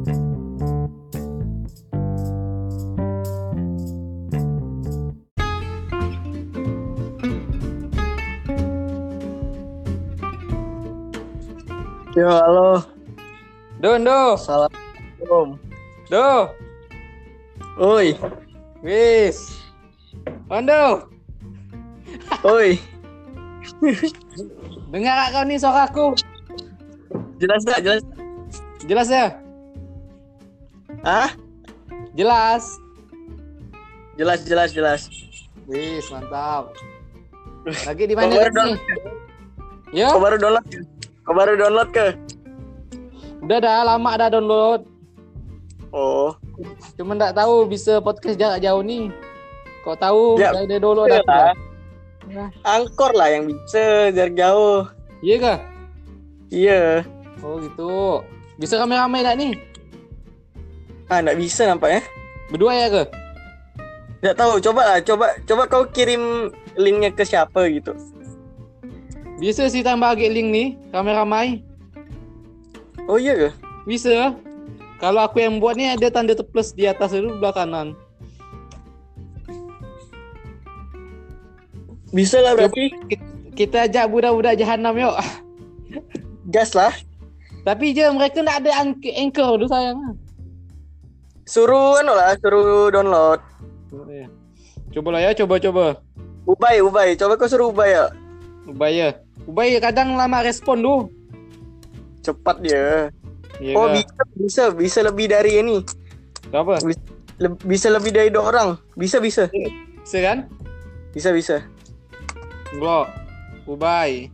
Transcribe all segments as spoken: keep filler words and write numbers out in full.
Yo, halo. Don, do. Assalamualaikum. Do. Oi. Wis. Ondo. Oi. Dengar gak kau nih suaraku? Jelas tak? Jelas? Jelas ya? Hah? Jelas. Jelas, jelas, jelas. Wis, mantap. Lagi di mana Kau baru nih? download? Yo, Kau baru download? Kau baru download ke? udah dah lama dah download. Oh. Cuma enggak tahu bisa podcast jarak jauh nih. Kau tahu Ya, dari download iya aku. lah. Nah, Angkor lah yang bisa jarak jauh. iya kah? Iya. Oh gitu. Bisa rame-rame enggak nih? Ah, nggak bisa nampaknya. Berdua ya ke? Nggak tahu. Coba lah. Coba, coba kau kirim linknya ke siapa gitu. Bisa sih tambah lagi link nih, rame-rame. Oh iya ke? Bisa. Kalau aku yang buat nih ada tanda plus di atas itu belah kanan. Bisa lah berarti. Kita ajak budak-budak jahanam yuk. Gas lah. Tapi je mereka nak ada ank- anchor tu sayang. Suruh anu lah, suruh download. Coba lah ya, coba-coba. Ubay, Ubay. Coba kau suruh Ubay ya. Ubay ya. Ubay kadang lama respon tu. Cepat dia. Ya Oh, ke? bisa, bisa, bisa lebih dari ini. Apa? Le- bisa lebih dari dua orang. Bisa, bisa. Bisa kan? Bisa, bisa. Glok. Ubay.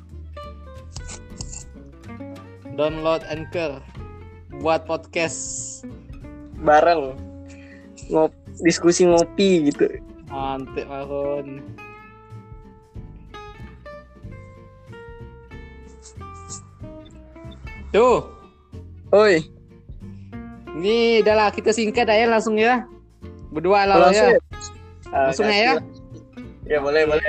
Download Anchor. Buat podcast. Bareng. Ngop, diskusi ngopi gitu. Mantap Marun. Tuh. Oi. Ini dah lah kita singkat aja langsung ya. Berdua lah Langsung ya. ya? Ah, Langsung kasih ya. lah. Ya, boleh, boleh.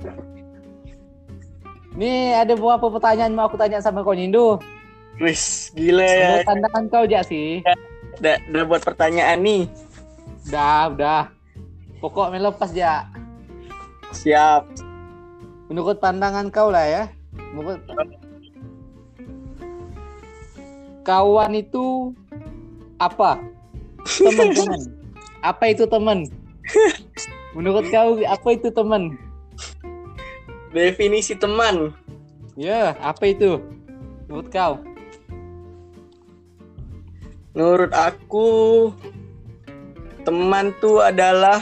Nih ada beberapa pertanyaan mau aku tanya sama kau Nindo. Wis, gila ya. Menurut pandangan kau aja sih. Udah, udah buat pertanyaan nih. Udah, udah. Pokok melepas aja. Siap. Menurut pandangan kau lah ya. Menurut kawan itu apa? Teman-teman. Apa itu teman? Menurut kau apa itu teman? Definisi teman. Ya, apa itu? Menurut kau? Menurut aku, teman tuh adalah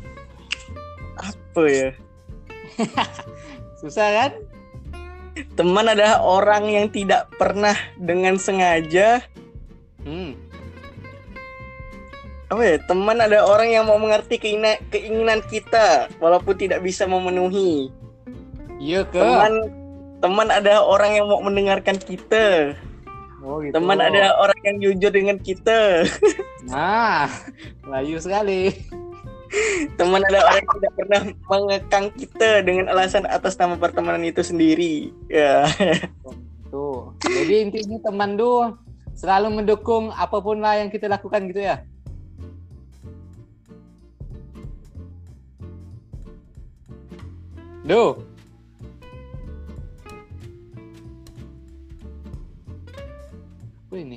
apa ya? Susah kan? Teman adalah orang yang tidak pernah dengan sengaja. Hmm. Apa ya? Teman adalah orang yang mau mengerti keinginan, keinginan kita walaupun tidak bisa memenuhi. Iya ke? Teman teman adalah orang yang mau mendengarkan kita. Oh, gitu. Teman adalah orang yang jujur dengan kita. Nah, layu sekali. Teman adalah orang yang tidak pernah mengekang kita dengan alasan atas nama pertemanan itu sendiri. Ya. Tuh. Jadi intinya teman tuh selalu mendukung apapun lah yang kita lakukan gitu ya. Duh. Apa ini?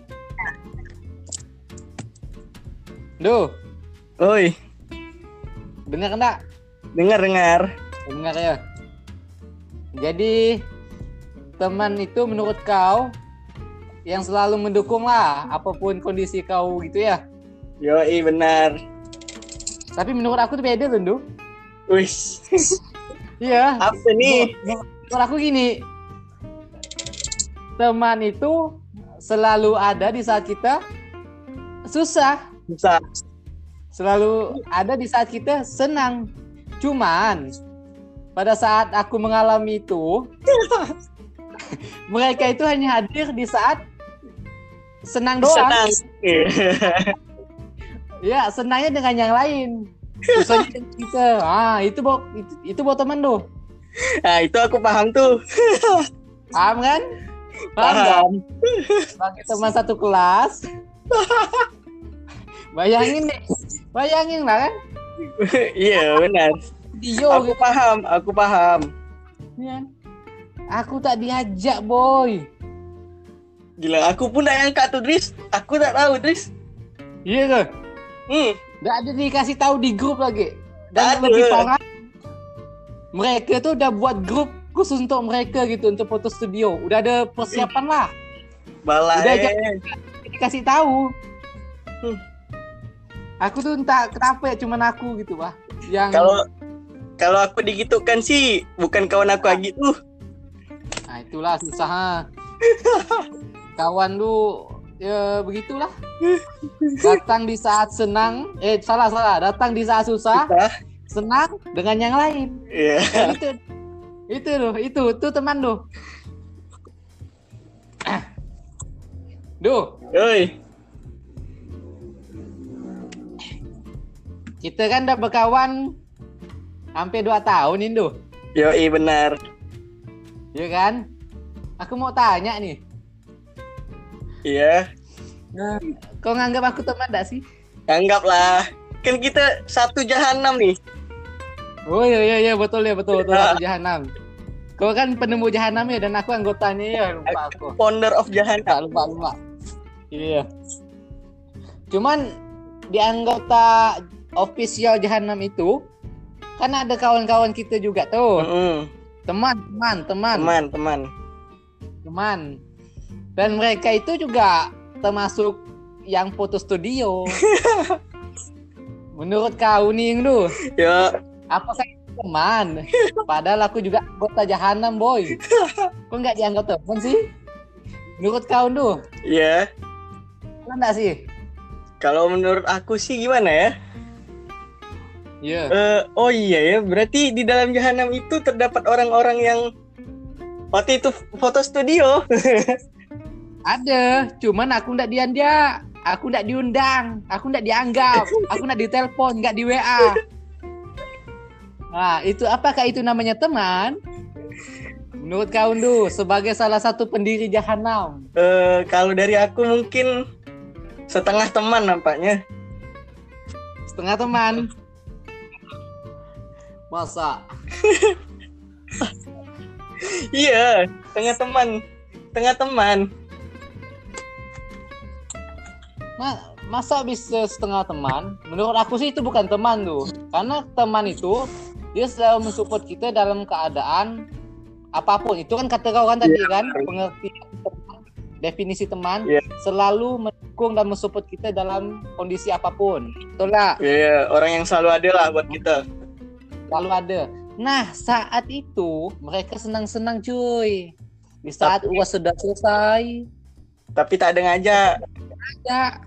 Duh, Oi, dengar enggak? dengar-dengar. Dengar ya. Jadi teman itu menurut kau yang selalu mendukung lah apapun kondisi kau gitu ya. Yoi, benar. Tapi menurut aku tuh beda tuh, Duh. Wis. Iya. Apa nih? Menurut aku gini. Teman itu selalu ada di saat kita susah. Bisa. Selalu ada di saat kita senang. Cuman pada saat aku mengalami itu mereka itu hanya hadir di saat senang doang. Senang. Ya, senangnya dengan yang lain. Susahnya dengan kita. Ah, itu buat itu, itu buat teman tuh. Nah, itu aku paham tuh. Paham kan? Paham. Paham. Bagi teman satu kelas Bayangin deh. Bayangin lah kan. Iya benar. Dio Aku gitu. paham, aku paham. Ya. Aku tak diajak, boy. Gila, aku pun tak angkat tuh, Dris. Aku tak tahu, Dris. Iya ke? Hmm, Nggak ada dikasih tahu di grup lagi. Tak Dan ada. lebih parah, mereka tuh udah buat grup khusus untuk mereka gitu, untuk foto studio. Udah ada persiapan lah. Balai. Udah aja dikasih tahu. Hmm. Aku tuh entah kenapa ya, cuman aku gitu, bah. Yang Kalau kalau aku digitukan sih, bukan kawan aku lagi tuh. Nah, itulah susah. Ha. Kawan lu ya begitulah. Datang di saat senang, eh salah salah, datang di saat susah, Susah. senang dengan yang lain. Iya. Nah, itu itu loh, itu itu teman lu. Duh, Oi. kita kan udah berkawan hampir dua tahun ini, Duh. Yoi benar. Iya kan? Aku mau tanya nih. Iya. Nah, kau nganggap aku teman gak sih? Anggaplah. Kan kita satu jahanam nih. Oh iya iya iya betul ya betul betul Ah. aku jahanam. Kau kan penemu jahanam ya dan aku anggotanya ya lupa aku. Founder of jahanam. Lupa lupa lupa. Iya. Cuman di anggota official jahanam itu kan ada kawan-kawan kita juga tuh. Mm-mm. Teman teman teman Teman, teman. teman. Dan mereka itu juga termasuk yang foto studio. Menurut kau nih, lu, Ya, apa saya teman? Padahal aku juga anggota jahanam, boy. Kok nggak dianggap teman sih? Menurut kau, tuh, ya. enggak sih? Kalau menurut aku sih gimana ya? Iya. Eh, oh iya ya, berarti di dalam jahanam itu terdapat orang-orang yang waktu itu foto studio. Ada, cuman aku nggak diajak, aku nggak diundang, aku nggak dianggap, aku nggak ditelepon, nggak di W A. Nah, itu apakah itu namanya teman? Menurut kau, tuh, sebagai salah satu pendiri jahanam. Eh, kalau dari aku mungkin setengah teman nampaknya. Setengah teman. Masa? Iya, setengah teman. Setengah teman. Ma- masa bisa setengah teman? Menurut aku sih itu bukan teman tuh. Karena teman itu dia selalu mensupport kita dalam keadaan apapun. Itu kan kata kau kan tadi Iya. kan, pengertian teman, definisi teman Iya. selalu mendukung dan mensupport kita dalam kondisi apapun. Betul lah, Iya, orang yang selalu ada lah buat kita. selalu ada. Nah, saat itu mereka senang-senang cuy. Di saat Tapi- U A S sudah selesai, Tapi tak ada ngajak. ya.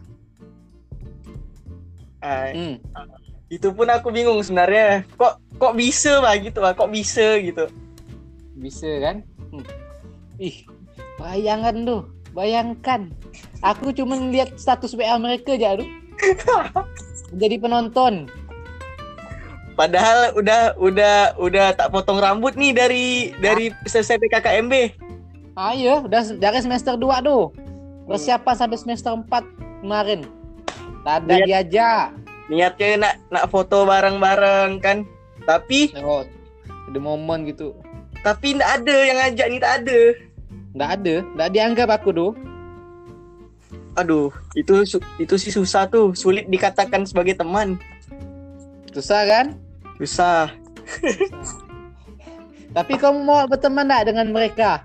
Ah, Hmm. itu pun aku bingung sebenarnya. Kok kok bisa lah gitu lah, kok bisa gitu. Bisa kan? Hmm. Ih, bayangan tuh, bayangkan. Aku cuma lihat status W A mereka aja tuh. Jadi penonton. Padahal udah udah udah tak potong rambut nih dari dari selesai P K K M B. Ayo, udah dari semester dua tuh. Persiapan sampai semester empat kemarin. Tak ada Lihat. diajak. Niatnya nak nak foto bareng-bareng kan. Tapi Oh, ada momen gitu. tapi ndak ada yang ngajak nih, tak ada. Nggak ada, nggak dianggap aku tuh. Aduh, itu su- itu sih susah tuh, sulit dikatakan sebagai teman. Susah kan? Susah. Tapi kamu mau berteman nggak dengan mereka?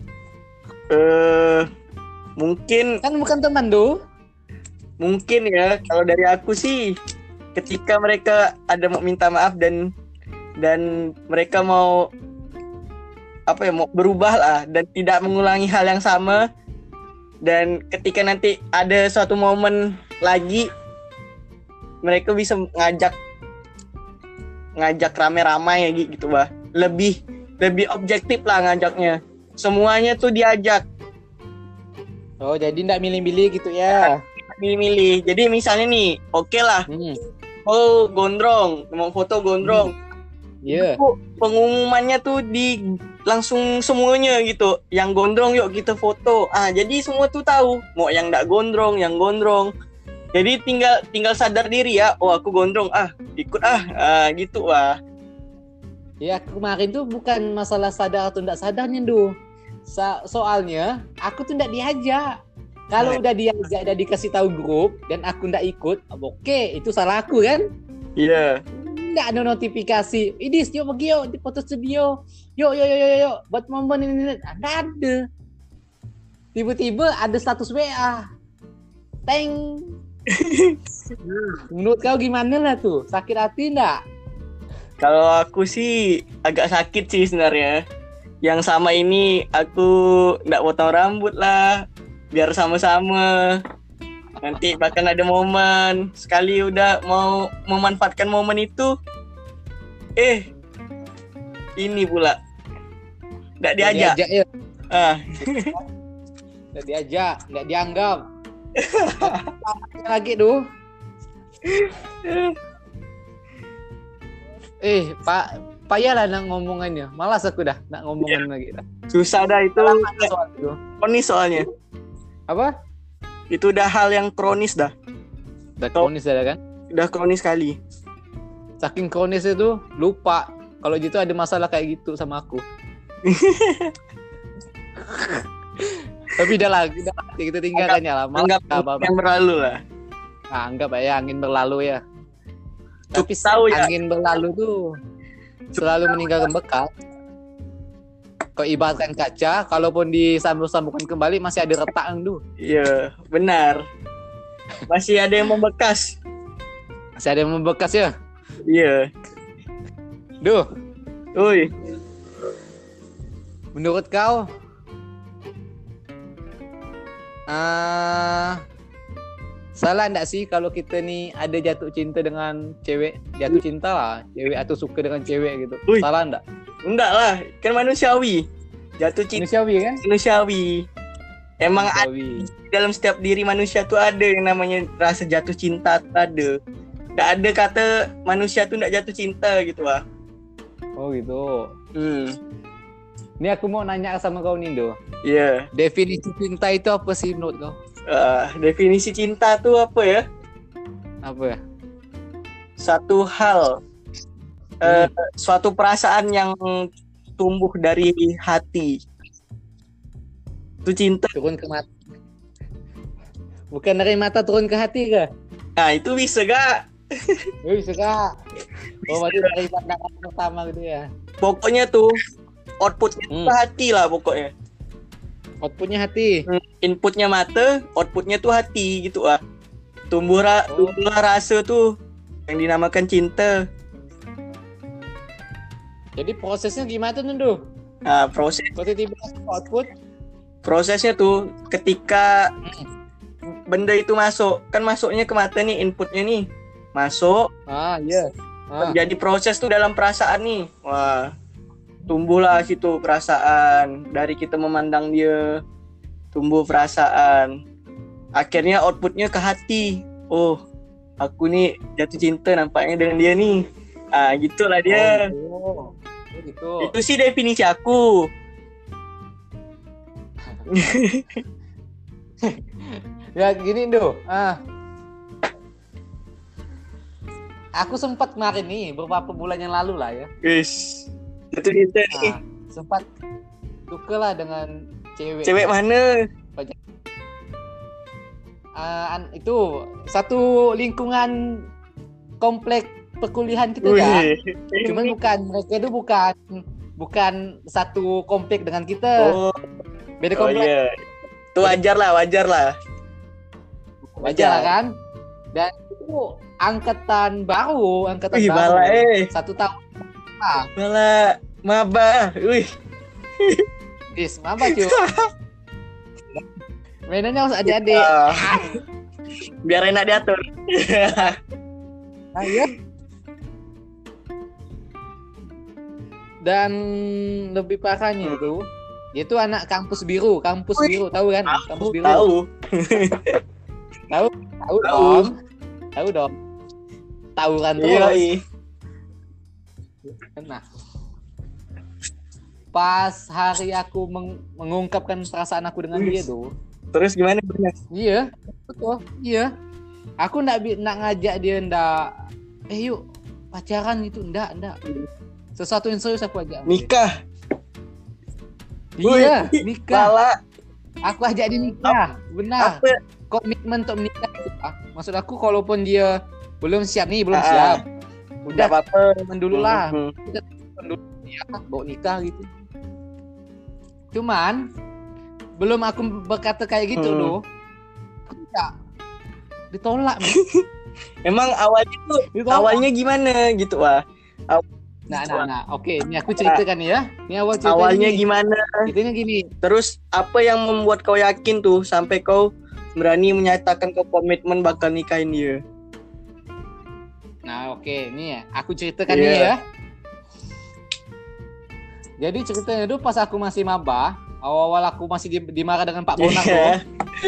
Eh mungkin Kan bukan teman tuh. mungkin ya kalau dari aku sih ketika mereka ada mau minta maaf dan dan mereka mau apa ya mau berubah lah dan tidak mengulangi hal yang sama, dan ketika nanti ada suatu momen lagi mereka bisa ngajak ngajak rame-ramai ya gitu bah, lebih lebih objektif lah ngajaknya, semuanya tuh diajak, Oh, jadi nggak milih-milih gitu ya? milih-milih. Jadi misalnya nih, oke lah, Hmm. oh gondrong, mau foto gondrong, Iya. Itu pengumumannya tuh di langsung semuanya gitu, yang gondrong yuk kita foto. Ah jadi semua tuh tahu, mau yang nggak gondrong, yang gondrong. Jadi tinggal tinggal sadar diri ya. Oh aku gondrong, ah ikut ah, ah gitu wah. Ya kemarin tuh bukan masalah sadar atau tidak sadarnya tuh. So- soalnya aku tuh tidak diajak. Kalau udah diajak, udah dikasih tahu grup dan aku tidak ikut, oke itu salah aku kan? Iya. Nggak ada notifikasi. Idis, yuk pergi yuk di foto studio. Yuk, yuk, yuk, yuk, yuk. Buat momen ini. Nggak ada. Tiba-tiba ada status W A. Teng. Menurut kau gimana lah tuh? Sakit hati nggak? Kalau aku sih agak sakit sih sebenarnya. Yang sama ini aku nggak potong rambut lah. Biar sama-sama. Nanti bahkan ada momen. Sekali udah mau memanfaatkan momen itu. Eh. Ini pula. Nggak diajak. Diajak ya. Ah. Nggak diajak. Nggak dianggap. Lagi tuh. Eh, Pak, payahlah nak ngomongannya. Malas aku dah nak ngomongan ya. Lagi dah. Susah dah itu. Soal itu. Kronis soalnya. Apa? Itu udah hal yang kronis dah. Udah kronis dah kan? Udah kronis sekali. Saking kronis itu lupa kalau gitu ada masalah kayak gitu sama aku. Tapi udah lah, udah lah, kita tinggalkan ya lah. Anggap yang berlalu lah. Nah, anggap ya angin berlalu ya. Tapi tahu ya. Angin berlalu tuh selalu meninggalkan bekas. Kau ibaratkan kaca, kalaupun disambung-sambungkan kembali masih ada retakan tuh. Iya, benar. Masih ada yang membekas. Masih ada yang membekas ya. Iya. Duh. Oi. Menurut kau? Uh, salah enggak sih kalau kita nih ada jatuh cinta dengan cewek, jatuh cinta lah, cewek atau suka dengan cewek gitu. Ui. Salah enggak? Enggak lah, kan manusiawi. Jatuh cinta manusiawi kan? Manusiawi. Emang manusiawi. Ada, dalam setiap diri manusia tuh ada yang namanya rasa jatuh cinta tuh ada. Enggak ada kata manusia tuh enggak jatuh cinta gitu lah. Oh gitu. Hmm. Ini aku mau nanya sama kau Nindo. Iya. Yeah. Definisi cinta itu apa sih menurut kau? Uh, definisi cinta tuh apa ya? Apa ya? Satu hal, hmm. uh, suatu perasaan yang tumbuh dari hati. Itu cinta. Turun ke mata. Bukan dari mata turun ke hati kah? Nah itu bisa gak? Bisa gak? Oh berarti dari pandangan pertama gitu ya? Pokoknya tuh outputnya hmm. tuh hati lah pokoknya. Outputnya hati. Inputnya mata, outputnya tuh hati gitu ah. Tumbuh ra- oh. tumbuhlah rasa tuh yang dinamakan cinta. Jadi prosesnya gimana tuh Nendo? Nah proses. Tiba-tiba output. Prosesnya tuh ketika hmm. benda itu masuk, kan masuknya ke mata nih, inputnya nih masuk. Ah iya. Ah. Jadi proses tuh dalam perasaan nih. Wah. Tumbuhlah situ perasaan dari kita memandang dia, tumbuh perasaan, akhirnya outputnya ke hati. Oh aku nih jatuh cinta nampaknya dengan dia nih, ah gitulah dia. Oh, gitu. Itu sih definisi aku. Ya gini do, ah aku sempat kemarin nih beberapa bulan yang lalu lah ya. Yes. Jatuh cinta nih. Nah, sempat suka lah dengan cewek. Cewek mana? Uh, an, itu satu lingkungan komplek perkuliahan kita kan. Cuman bukan mereka itu bukan bukan satu komplek dengan kita. Oh. Beda komplek. Oh, iya. Itu wajar lah, wajar lah. Wajar lah kan? Dan itu angkatan baru, angkatan Wih, baru. Bala, eh. Satu tahun. Bala, maba, wih. Dis, maba cuy. Mainannya harus adik-adik. Uh, biar enak diatur. Ayo. Dan lebih parahnya itu, dia tuh anak kampus biru, kampus Wih. biru, tahu kan? Kampus biru. Tahu. tahu, tahu dong. Tahu dong. Tahu kan tuh. Iya. Nah, pas hari aku meng- mengungkapkan perasaan aku dengan Wih. dia tuh. Terus gimana? Iya, betul. Iya. Aku ndak bi- nak ngajak dia ndak eh yuk pacaran gitu, ndak ndak. Sesuatu yang serius aku ajak. Nikah. Iya, Wih, nikah. Lala. Aku ajak dia nikah. Benar. Apa? Komitmen untuk menikah itu. Ah. Maksud aku kalaupun dia belum siap nih, belum Ah, siap. Udah Udah apa-apa. komitmen dulu lah. Hmm. Kita komitmen dulu ya, bawa nikah gitu. Cuman belum aku berkata kayak gitu Hmm. loh. Aku tidak ditolak. Men. Emang awalnya tuh Ditolak. awalnya gimana gitu wah? Nah, nah, nah. Oke, ini aku ceritakan ya. Ini awal ceritanya. Awalnya nih. gimana? Ceritanya gini. Terus apa yang membuat kau yakin tuh sampai kau berani menyatakan kau komitmen bakal nikahin dia? Nah, oke, ini ya. Aku ceritakan Iya. nih ya. Jadi ceritanya dulu pas aku masih maba, awal-awal aku masih di- dimarah dengan Pak Bonak Iya. tuh.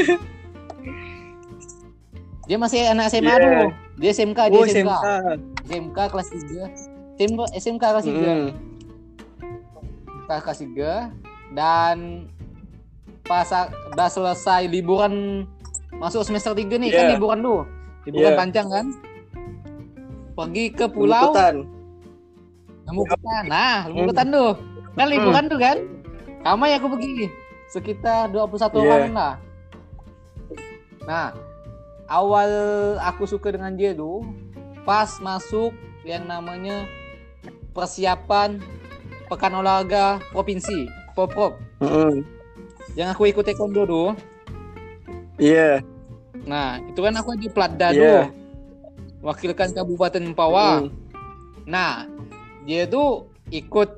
Dia masih anak S M A Iya. dulu. Dia S M K, dia Oh, S M K. S M K. S M K kelas tiga. S M K, S M K kelas tiga. Mm. Kelas tiga dan pas a- udah selesai liburan masuk semester tiga nih, kan Iya. liburan tuh. Liburan Iya. panjang kan? Pergi ke pulau Lumputan. Lumputan. Nah, Lumputan tuh. Kan liburan tuh kan? Ramai aku pergi. Sekitar dua puluh satu Iya. orang lah. Nah, awal aku suka dengan dia tuh pas masuk yang namanya persiapan Pekan Olahraga Provinsi, Poprov. Mm-mm. Yang aku ikut taekwondo tuh. Iya. Nah, itu kan aku di Platda Iya. tuh. Wakilkan Kabupaten Mempawah. Mm. Nah, dia tuh ikut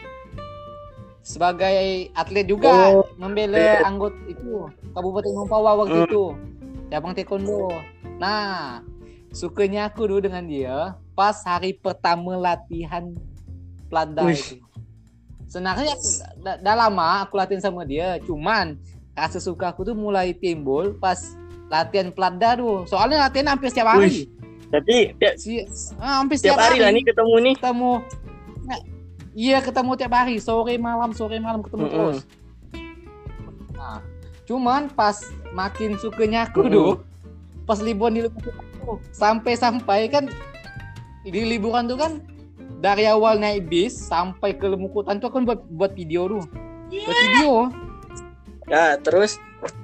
sebagai atlet juga, Oh, membela iya. anggota itu Kabupaten Mempawah waktu Mm. itu, cabang taekwondo. Nah, sukanya aku dulu dengan dia pas hari pertama latihan Platda Wih. itu. Sebenarnya dah, dah lama aku latihan sama dia, cuman rasa suka aku tuh mulai timbul pas latihan Platda tuh. Soalnya latihan hampir setiap hari. Wih. Tapi tiap, Si, ah, hampir tiap setiap hari lah nih ketemu nih. ketemu. Nah, iya ketemu tiap hari, sore malam sore malam ketemu Mm-mm. terus. Nah, cuman pas makin sukanya aku Mm-mm. tuh pas liburan di Lumputan tuh, sampai-sampai kan di liburan tuh kan dari awal naik bis sampai ke Lumputan tuh aku buat buat video tuh. Buat video. Ya, terus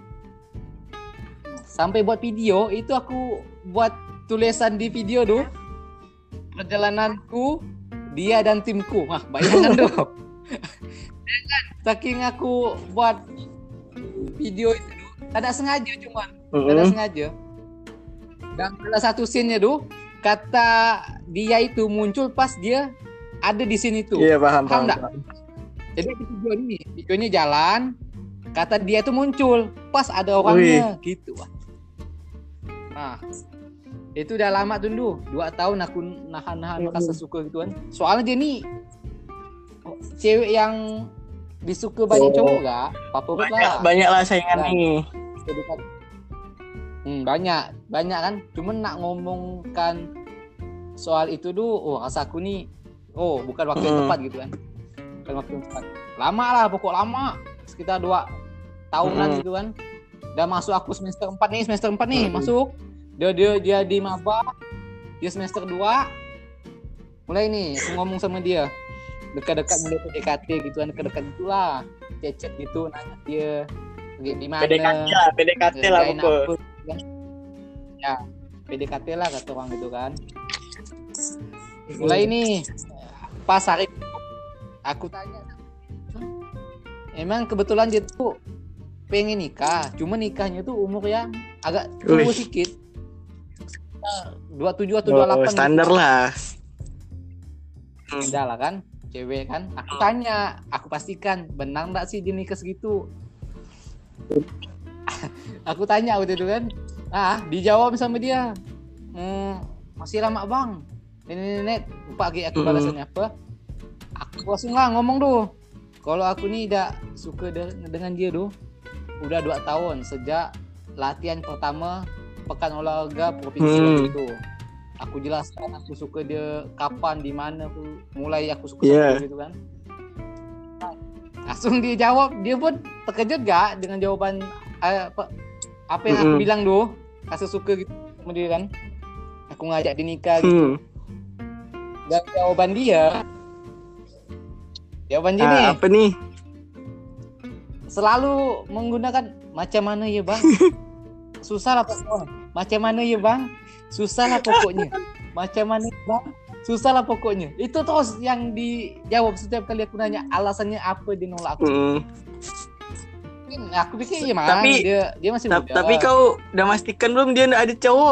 Sampai buat video itu aku buat tulisan di video tuh. Perjalananku dia dan timku. Wah, bayangkan tuh. Saking aku buat video itu tak ada sengaja cuma tak ada Mm-mm. sengaja. Dan salah satu scene-nya tuh kata dia itu muncul pas dia ada di sini tuh. Iya, paham, Paham paham. nggak? Jadi di video ini, videonya jalan, kata dia tuh muncul pas ada orangnya gitu. Nah, itu udah lama tuh Ndu. dua tahun aku nahan-nahan rasa suka gitu kan. Soalnya dia nih cewek yang disuka banyak Oh. cowok gak? Favorit Banyak, lah. banyak lah saingan Nah. nih. Hmm, banyak, banyak kan. Cuman nak ngomongkan soal itu dulu, oh rasa aku nih, oh bukan waktu yang Hmm. tepat gitu kan. Bukan waktu yang tepat. Lama lah, pokok lama. Sekitar dua tahunan Hmm. gitu kan. Udah masuk aku semester empat nih, semester empat nih Hmm. masuk. Dia dia dia di maba, dia semester dua. Mulai nih aku ngomong sama dia. Dekat-dekat mulai P D K T gitu kan, dekat-dekat gitulah. Chat-chat gitu nanya dia pergi di mana. P D K T lah, P D K T lah kerjain pokok. apa, kan. Ya, P D K T lah kata orang gitu kan. Mulai nih pas hari aku tanya, emang kebetulan dia tuh pengen nikah, cuma nikahnya tuh umur yang agak tua Wih. sedikit, dua puluh tujuh atau dua puluh Oh, delapan standar gitu. lah. Udah lah kan, cewek kan. Aku tanya, aku pastikan benar nggak sih dia nikah segitu. Aku tanya waktu itu kan, ah dijawab sama dia, hmm, masih lama bang. Nenek-nenek, lupa lagi aku Mm. balasannya apa. Aku langsung lah ngomong tuh, kalau aku nih udah suka de- dengan dia tuh, udah dua tahun sejak latihan pertama Pekan Olahraga Provinsi Hmm. waktu itu. Aku jelaskan aku suka dia kapan, di mana aku mulai aku suka Yeah. sama dia gitu kan. Langsung dia jawab, dia pun terkejut gak dengan jawaban eh, apa, apa yang aku Mm-mm. bilang tuh, rasa suka gitu. sama dia kan. Aku ngajak dia nikah gitu. Hmm. Dan jawaban dia, jawaban dia Ah, nih, apa nih? selalu menggunakan macam mana ya bang? Susah lah pokoknya. Macam mana ya bang? Susah lah pokoknya. Macam mana ya bang? Susah lah pokoknya. Itu terus yang dijawab setiap kali aku nanya alasannya apa dia nolak aku. Hmm. Aku pikir ya mang, Tapi- dia dia masih Ta- muda. Tapi kau udah pastikan belum dia nggak ada cowok?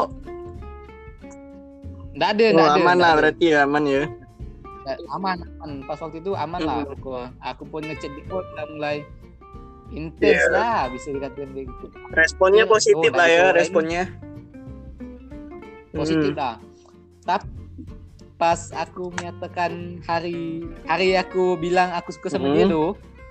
Nggak ada, Oh, nggak ada. aman nggak lah ada. berarti ya, aman ya. Nggak- Aman, aman. Pas waktu itu aman lah. Hmm. Aku, aku pun ngechat dia pun udah mulai intens Iya. lah, bisa dikatakan kayak gitu. Responnya Oh, positif nggak lah ada ya, cowok lain. responnya. Positif Hmm. lah. Tapi pas aku menyatakan hari hari aku bilang aku suka sama Hmm. dia tuh,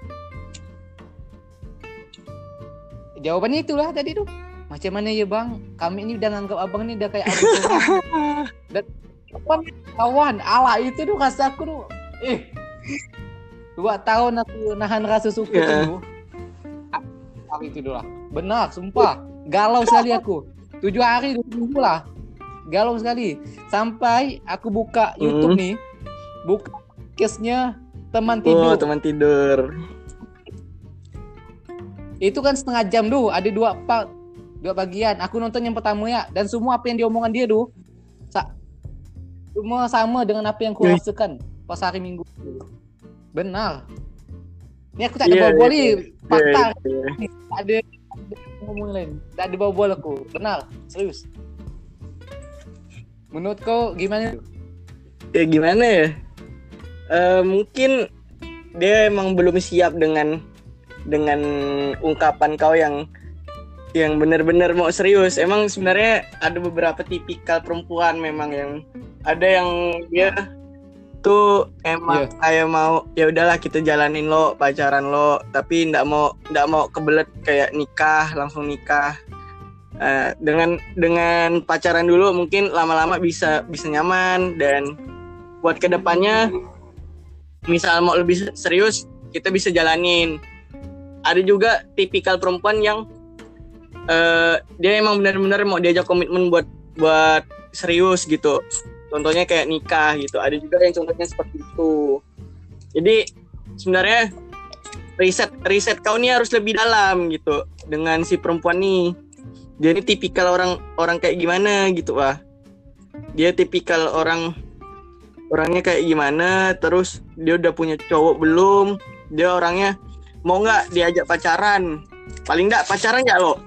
jawabannya itulah tadi tuh. Macam mana ya bang? Kami ini udah nganggap abang ini udah kayak abang orang. Dan kawan, kawan, ala itu tuh rasa aku tuh, eh, dua tahun aku nahan rasa suka Ya. tuh. Hari itu dulu lah. Benar, sumpah. Galau sekali aku. Tujuh hari, dua minggu lah. Galau sekali. Sampai aku buka YouTube Hmm. nih, buka case-nya teman Oh, tidur. teman tidur. Itu kan setengah jam tuh, ada dua part, dua bagian. Aku nonton yang pertama ya, dan semua apa yang diomongan dia tuh, sa- semua sama dengan apa yang aku Wih. rasakan pas hari Minggu. Benar. Ini aku tak ada Iya, bawa-bawa iya, nih, iya. fakta. Iya, iya. Nih, tak ada, tak ada ngomong lain. Tak ada bawa-bawa aku. Benar, serius. Menurut kau gimana? Ya gimana ya? Eh, mungkin dia emang belum siap dengan dengan ungkapan kau yang yang benar-benar mau serius. Emang sebenarnya ada beberapa tipikal perempuan memang yang ada yang dia tuh emang Iya. kayak mau ya udahlah kita jalanin lo pacaran lo, tapi ndak mau ndak mau kebelet kayak nikah langsung nikah. Eh, dengan dengan pacaran dulu mungkin lama-lama bisa bisa nyaman, dan buat kedepannya misal mau lebih serius kita bisa jalanin. Ada juga tipikal perempuan yang eh, dia emang benar-benar mau diajak komitmen buat buat serius gitu, contohnya kayak nikah gitu. Ada juga yang contohnya seperti itu. Jadi sebenarnya riset riset kau nih harus lebih dalam gitu dengan si perempuan nih. Dia ini tipikal orang orang kayak gimana gitu, wah. Dia tipikal orang orangnya kayak gimana, terus dia udah punya cowok belum, dia orangnya mau nggak diajak pacaran, paling nggak pacaran nggak lo?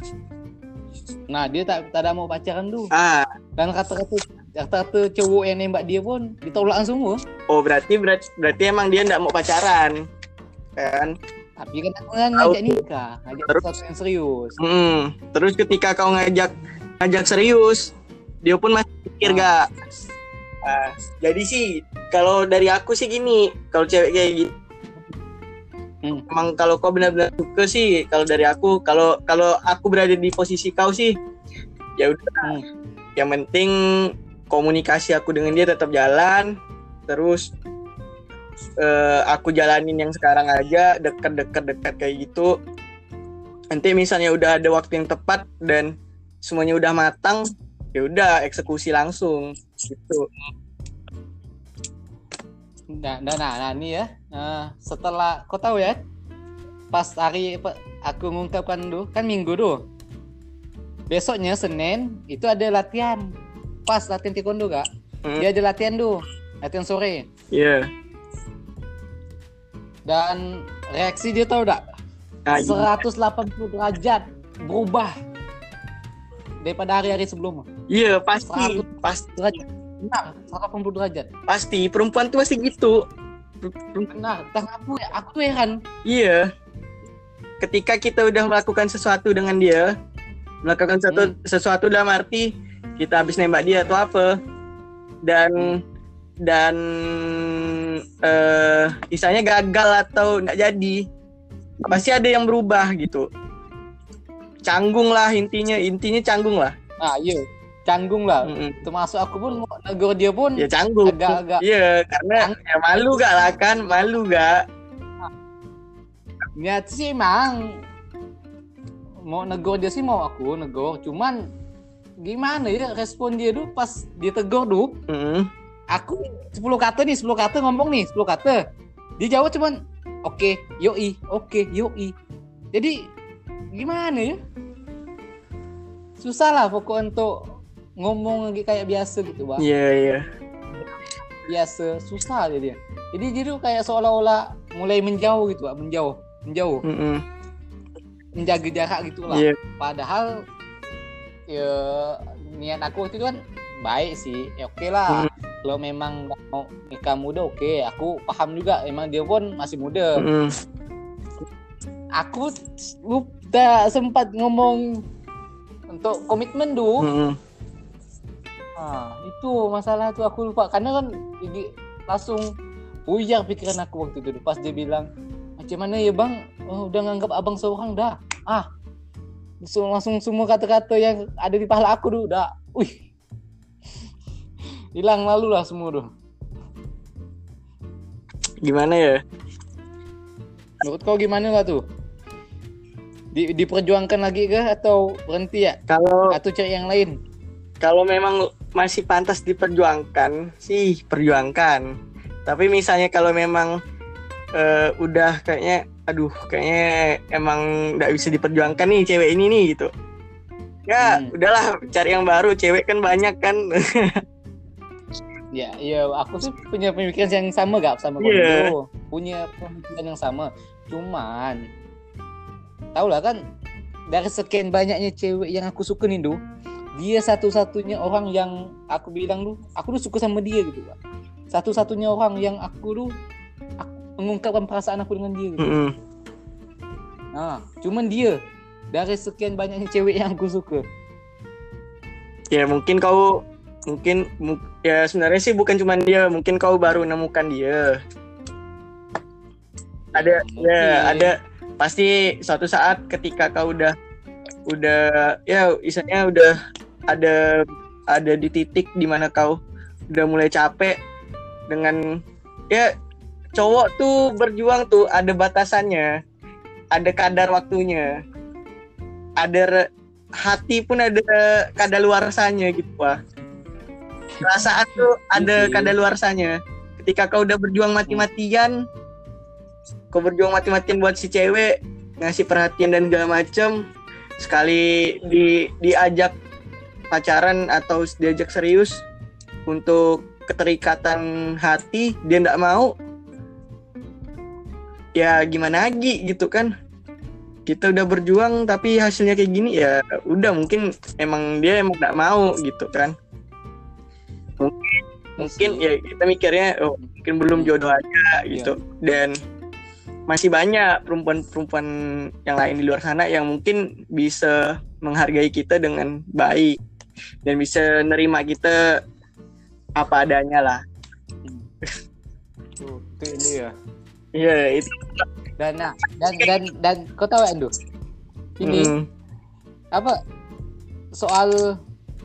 Nah, dia tak tak ada mau pacaran tuh. Ah, Dan kata-kata kata-kata cowok yang nembak dia pun ditolak semua. oh berarti berarti, berarti emang dia nggak mau pacaran, kan? Tapi kan aku kan Tahu. ngajak nikah, ngajak Terus? sesuatu yang serius. Hmm, terus ketika kau ngajak ngajak serius, dia pun masih pikir Ah. gak. Ah, jadi sih kalau dari aku sih gini, kalau cewek kayak gitu, Hmm. emang kalau kau benar-benar suka sih, kalau dari aku, kalau kalau aku berada di posisi kau sih, ya udah, Hmm. yang penting komunikasi aku dengan dia tetap jalan, terus eh, aku jalanin yang sekarang aja, dekat-dekat-dekat kayak gitu. Nanti misalnya udah ada waktu yang tepat dan semuanya udah matang, ya udah eksekusi langsung gitu. Nah, nah, nah, nah ini ya. Nah, setelah kau tahu ya, pas hari apa, aku mengungkapkan tuh kan Minggu tuh. Besoknya Senin itu ada latihan. Pas latihan taekwondo kak. Hmm. Dia ada latihan tuh, latihan sore. Iya. Dan reaksi dia tahu tak? Nah, seratus delapan puluh derajat berubah daripada hari-hari sebelumnya. iya pasti, seratus pasti, derajat. Benar, seratus delapan puluh derajat. pasti perempuan tuh pasti gitu. Benar, entah apa ya, aku tuh heran. Iya. Ketika kita udah melakukan sesuatu dengan dia, melakukan sesuatu, sesuatu dalam arti kita habis nembak dia atau apa, dan dan eh misalnya gagal atau nggak jadi, pasti ada yang berubah gitu. Canggung lah intinya, intinya canggung lah. Nah, iya, canggung lah. Mm-mm. Termasuk aku pun mau negur dia pun Ya canggung. agak-agak Iya, karena ya malu gak lah kan, malu gak. niat sih emang mau negur dia sih mau aku negur, cuman gimana ya respon dia tuh pas dia tegur tuh. Mm-mm. Aku sepuluh kata nih, sepuluh kata ngomong nih, sepuluh kata. Dia jawab cuman oke, okay, yoi, oke, okay, yoi. Jadi gimana ya? Susah lah pokoknya untuk ngomong lagi kayak biasa gitu, Bang. Iya, yeah, iya. Yeah. Biasa, susah aja dia. Jadi dia tuh kayak seolah-olah mulai menjauh gitu, Bang, menjauh, menjauh. Mm-mm. Menjaga jarak gitu lah. Yeah. Padahal ya niat aku itu kan baik sih. Ya oke okay lah. Mm. Kalau memang mau nikah muda oke, okay. Aku paham juga emang dia pun masih muda. Mm-hmm. Aku lupa sempat ngomong untuk komitmen dulu. Mm-hmm. Nah, itu masalah tuh aku lupa karena kan jadi langsung buyar pikiran aku waktu itu pas dia bilang macam mana ya bang, oh, udah nganggap abang seorang dah. Ah, langsung, langsung semua kata-kata yang ada di kepala aku dulu dah. Wih. Hilang lalu lah semua tuh. Gimana ya? Menurut kau gimana lah tuh? Di, diperjuangkan lagi kah atau berhenti ya? Kalau atau cari yang lain? Kalau memang masih pantas diperjuangkan sih perjuangkan. Tapi misalnya kalau memang uh, udah kayaknya aduh kayaknya emang nggak bisa diperjuangkan nih cewek ini nih gitu. Ya hmm. udahlah cari yang baru, cewek kan banyak kan. Ya, iya, aku sih punya pemikiran yang sama gak sama kamu yeah. Punya pemikiran yang sama. Cuman tau lah kan dari sekian banyaknya cewek yang aku suka nih, Du, dia satu-satunya orang yang aku bilang, Du, aku tuh suka sama dia gitu, Pak. Satu-satunya orang yang aku tuh aku mengungkapkan perasaan aku dengan dia gitu. Mm-hmm. Nah, cuman dia dari sekian banyaknya cewek yang aku suka. Ya, mungkin kau Mungkin ya sebenarnya sih bukan cuma dia, mungkin kau baru nemukan dia. Ada mungkin. Ya ada pasti suatu saat ketika kau udah udah ya istilahnya udah ada ada di titik di mana kau udah mulai capek dengan ya cowok tuh berjuang tuh ada batasannya, ada kadar waktunya, ada hati pun ada kadaluarsanya gitu Pak. Perasaan tuh ada kadaluarsanya. Ketika kau udah berjuang mati-matian, kau berjuang mati-matian buat si cewek, ngasih perhatian dan segala macem, sekali di diajak pacaran atau diajak serius untuk keterikatan hati, dia nggak mau. Ya gimana lagi gitu kan? Kita udah berjuang tapi hasilnya kayak gini ya udah mungkin emang dia emang nggak mau gitu kan? Mungkin, mungkin ya kita mikirnya oh, mungkin belum jodoh aja gitu yeah. Dan masih banyak perempuan-perempuan yang lain di luar sana yang mungkin bisa menghargai kita dengan baik dan bisa nerima kita apa adanya lah. Tuh, itu ya. Iya itu. Dan nah, dan dan dan kau tahu Ando? Ini hmm. apa soal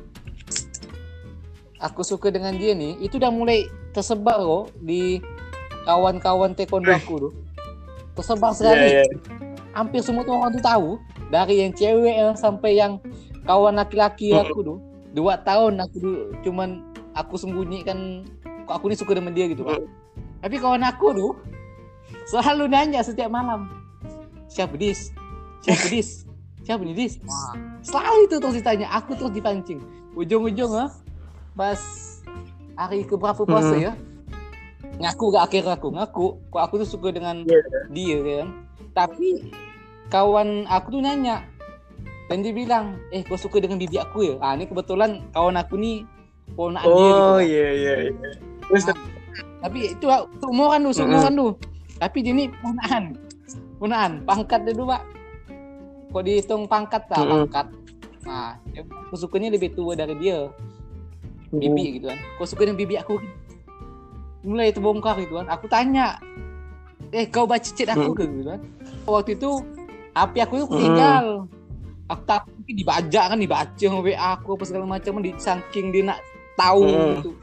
aku suka dengan dia nih, itu udah mulai tersebar loh di kawan-kawan taekwondo aku tuh. Tersebar sekali. Yeah, yeah. Hampir semua tuh orang tuh tahu, dari yang cewek yang sampai yang kawan laki-laki aku tuh. Dua tahun aku tuh cuman aku sembunyikan kok aku nih suka dengan dia gitu kan. Tapi kawan aku tuh selalu nanya setiap malam, siapa dis? Siapa dis? Siapa nih dis? Wah, selalu itu terus ditanya, aku terus dipancing. Ujung-ujung ah pas hari keberapa puasa hmm. ya ngaku gak akhir aku ngaku kok aku tuh suka dengan yeah. dia kan, tapi kawan aku tuh nanya dan dia bilang eh kau suka dengan bibi aku ya. Ah ini kebetulan kawan aku nih ponakan oh, dia gitu oh iya iya iya nah, tapi itu itu umuran tuh umuran tuh tapi dia ini ponakan ponakan pangkat dulu Pak, kok dihitung pangkat lah mm-hmm. pangkat. Nah aku sukanya lebih tua dari dia bibi gitu kan, kau suka dengan bibi aku? Mulai terbongkar gitu kan, aku tanya, eh kau baca chat aku ke gitu kan? Waktu itu H P aku itu tinggal, aku takut dibaca kan, dibaca W A aku apa segala macam, di saking dia nak tahu gitu.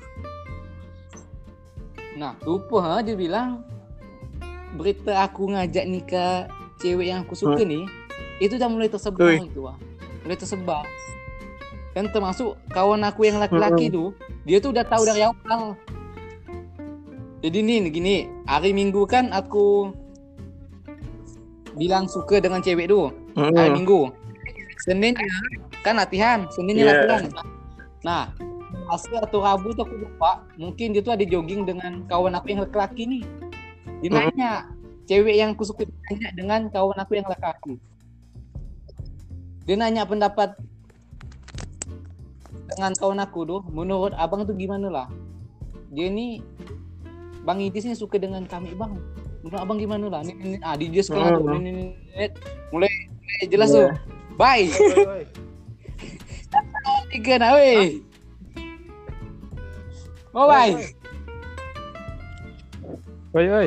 Nah lupa ha, dia bilang berita aku ngajak nikah cewek yang aku suka nih, itu udah mulai tersebar gitu wah, mulai tersebar. kan termasuk kawan aku yang laki-laki tuh, dia tuh udah tahu dari awal. Jadi nih gini, hari Minggu kan aku bilang suka dengan cewek tuh, Mm. hari Minggu. Seninnya kan latihan, Seninnya Yeah. latihan. Nah, Selasa atau Rabu tuh aku lupa, mungkin dia tuh ada jogging dengan kawan aku yang laki-laki nih. Dia Mm. nanya, cewek yang aku suka nanya dengan kawan aku yang laki-laki. Dia nanya pendapat dengan kawan aku tuh, menurut abang tuh gimana lah? Dia nih, Bang Idis nih suka dengan kami bang. Menurut abang gimana lah? Nih, nih, ah, di dia sekarang tuh, Hmm. nih, nih, nih, nih. mulai, mulai jelas Iya. tuh. Bye. Tiga nah, weh. Oh, bye. Oi, oi.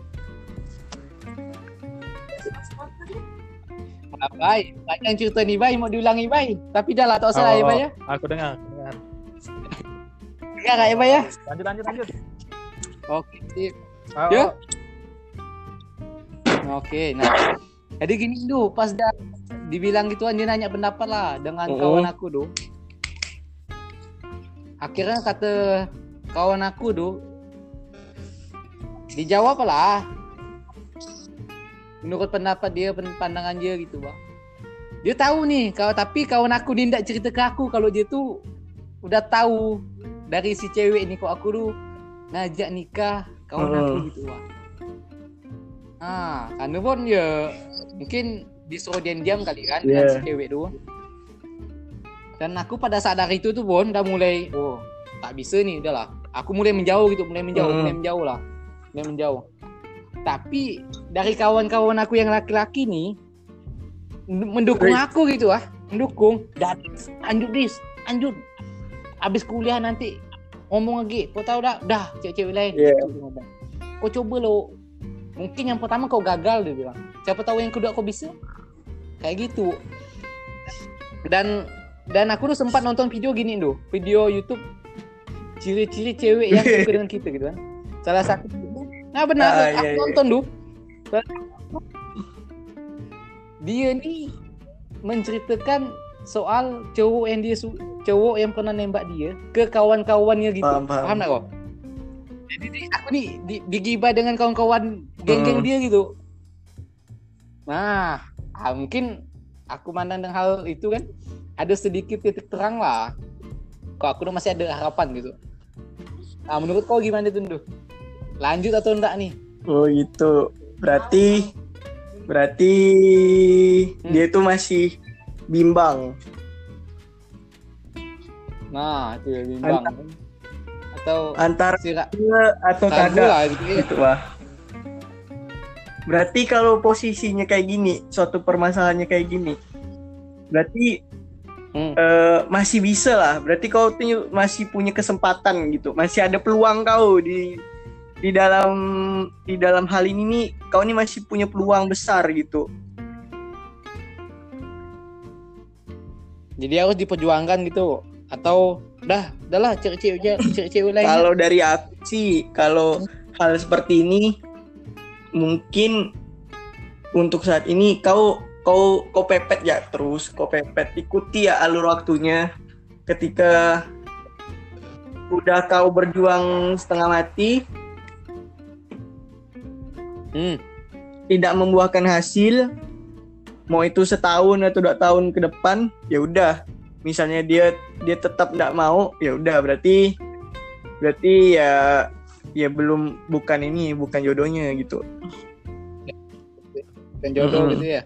Ah, bye. Banyak cerita nih, bye. Mau diulangi, bye. Tapi dah lah, tak usah lah, ya, bye ya. Aku dengar, dengar. Dengar tak, ya, bye ya. Lanjut, lanjut, lanjut. Oke, sip. Oh, Ya. oh. Oke, nah. Jadi gini tuh, pas dah dibilang gitu dia nanya pendapat lah dengan Mm-mm. kawan aku tuh. Akhirnya kata kawan aku tuh, dijawab lah. Menurut pendapat dia, pandangan dia gitu, bang. Dia tahu nih, kalau tapi kawan aku dia tidak cerita ke aku kalau dia tuh udah tahu dari si cewek ini kok aku tuh ngajak nikah kawan aku Hmm. gitu, bang. Ah, karena pun ya mungkin disuruh diam-diam kali kan dengan Yeah. si cewek tuh. Dan aku pada saat hari itu tuh Bon udah mulai oh tak bisa nih udahlah. Aku mulai menjauh gitu, mulai menjauh, Hmm. mulai menjauh lah. Mulai menjauh. Tapi dari kawan-kawan aku yang laki-laki nih mendukung Wih. aku gitu ah, mendukung. Dan lanjut dis, lanjut. Abis kuliah nanti ngomong lagi. Kau tahu dah, dah cewek-cewek lain. Yeah. Gitu dia ngomong. Kau coba lo. Mungkin yang pertama kau gagal dia bilang. Siapa tahu yang kedua kau bisa. Kayak gitu. Dan dan aku tuh sempat nonton video gini tuh, video YouTube ciri-ciri cewek yang suka dengan kita gitu kan. Salah satu. Nah benar, Ah, aku iya, iya. nonton tuh. Dia nih menceritakan soal cowok yang dia su- cowok yang pernah nembak dia ke kawan-kawannya gitu. Paham, paham. Paham tak kau? Jadi di- aku nih di, digibah dengan kawan-kawan geng-geng Hmm. dia gitu. Nah, ah, mungkin aku mandang hal itu kan ada sedikit titik terang lah. Kok aku tuh masih ada harapan gitu. Nah, menurut kau gimana tuh? Ndu? Lanjut atau enggak nih? Oh gitu. Berarti berarti Hmm. dia tuh masih bimbang. Nah, itu ya bimbang. Atau Antara sira iya atau ragu kagak lah gitu ya. gitu lah. Berarti kalau posisinya kayak gini, suatu permasalahannya kayak gini, berarti Hmm. eh, masih bisa lah. Berarti kau tuh masih punya kesempatan gitu, masih ada peluang kau di di dalam di dalam hal ini nih, kau ini masih punya peluang besar gitu. Jadi harus diperjuangkan gitu atau dah udahlah cewek-cewek aja, cewek-cewek lain. Kalau dari aku sih, kalau hal seperti ini mungkin untuk saat ini kau kau kau pepet ya terus, kau pepet ikuti ya alur waktunya. Ketika udah kau berjuang setengah mati, Hmm. tidak membuahkan hasil, mau itu setahun atau dua tahun ke depan, ya udah. Misalnya dia dia tetap tidak mau, ya udah berarti berarti ya ya belum bukan ini bukan jodohnya gitu. Dan jodoh Mm-mm. gitu ya.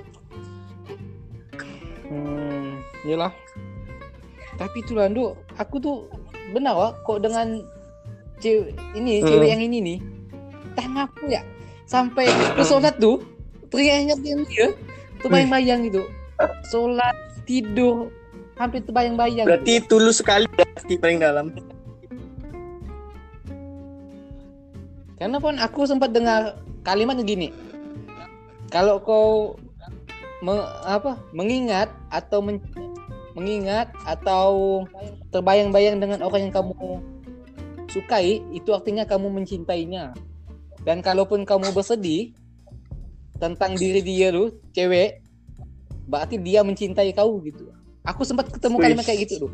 Hmm, iyalah. Tapi itu Landu, aku tuh benar wah kok dengan cewek ini, Hmm. cewek yang ini nih. Entah kenapa ya. Sampai ke sholat tuh teringat dia terbayang-bayang gitu. Sholat, tidur, hampir terbayang-bayang. Berarti gitu. tulus sekali berarti paling dalam. Karena pun aku sempat dengar kalimat gini. Kalau kau me- apa mengingat atau men- mengingat atau terbayang-bayang dengan orang yang kamu sukai, itu artinya kamu mencintainya. Dan kalaupun kamu bersedih tentang diri dia lu, cewek, berarti dia mencintai kau gitu. Aku sempat ketemu Wih. kalimat kayak gitu tuh.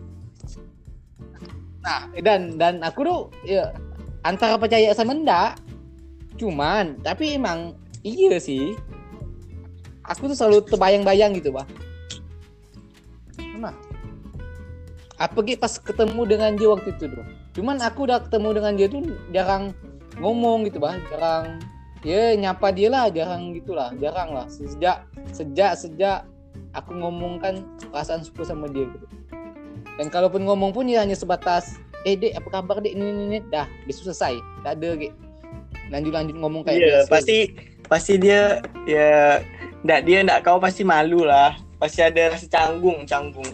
Nah, dan dan aku tuh ya antara percaya sama enggak. Cuman, tapi emang iya sih. Aku tuh selalu terbayang-bayang gitu, Bah. Nah, apalagi pas ketemu dengan dia waktu itu tuh. Cuman aku udah ketemu dengan dia tuh jarang ngomong gitu, Bah. Jarang ya nyapa dia lah, jarang gitulah, jarang lah. Sejak sejak sejak aku ngomongkan perasaan suka sama dia gitu. Dan kalaupun ngomong pun ya hanya sebatas eh dek apa kabar dek ini ini, ini. Dah besok selesai, tak ada gitu lanjut-lanjut ngomong kayak Iya, biasa. pasti pasti dia ya ndak dia ndak kau pasti malu lah. Pasti ada rasa canggung, canggung.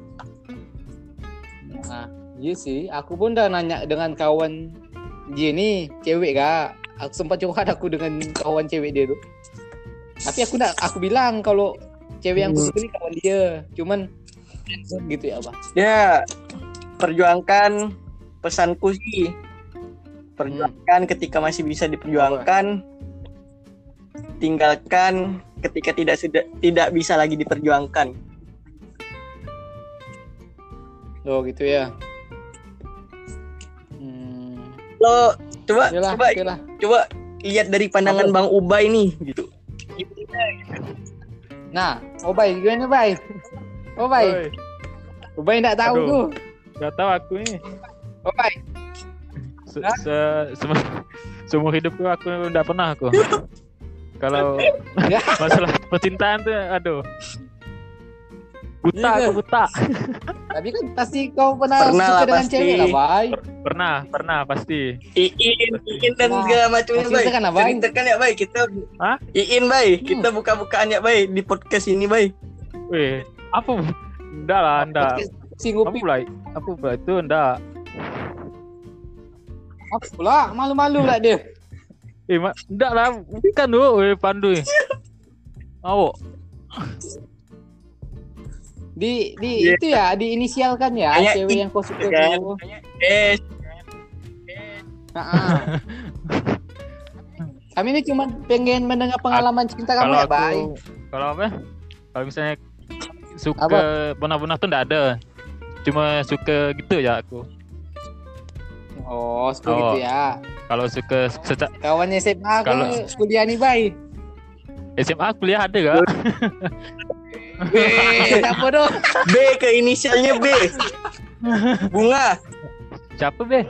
Nah, iya sih, aku pun udah nanya dengan kawan dia nih, cewek kak. Aku sempat curhat aku dengan kawan cewek dia tuh. Tapi aku nak aku bilang kalau cewek yang aku suka ini kawan dia. Cuman gitu ya, Pak. Ya, perjuangkan pesanku sih. Perjuangkan hmm. ketika masih bisa diperjuangkan. Tinggalkan ketika tidak sudah tidak bisa lagi diperjuangkan. Oh, gitu ya. Hmm. Lo coba Yalah, coba yalah. coba lihat dari pandangan Apa? Bang Ubay nih gitu. Nah, Ubay gimana, Bay? Ubay. Ubay enggak tahu Aduh. tuh. Gak tahu aku ini. Ubay. Se se se- seumur hidupku aku nggak pernah aku. Kalau masalah percintaan tuh, aduh, buta Iya, aku buta. Tapi kan pasti kau pernah, Pernah suka lah, dengan pasti. cewek lah, Bay. Per- pernah, pernah pasti. Iin, Iin dan Nah, segala macamnya, masih Bay. ceritakan lah, Bay. Ceritakan ya, Bay. Kita Hah? Iin, Bay. Hmm. Kita buka-bukaan ya, Bay, di podcast ini, Bay. Wih, apa? Enggak lah, enggak. Si Apa ngopi. pula? Apa pula itu enggak? Apa pula? Malu-malu lah dia. Eh, ma- enggak lah, bukan dulu, weh Pandu. Mau? Di di Yeah. itu ya, diinisialkan ya, Kayak cewek i- yang kau suka kan? tuh. Eh, Heeh. Kami ini cuma pengen mendengar pengalaman cinta kamu Kalau ya, aku, Bay. kalau apa? Kalau misalnya suka Apa? benar-benar tuh enggak ada. Cuma suka gitu ya aku. Oh, suka Oh. gitu ya. Kalau suka sejak Kawannya S M A aku Kalau- kuliah nih, Bay. S M A kuliah ada gak? Eh, siapa dong? B ke inisialnya B. Bunga. Siapa be?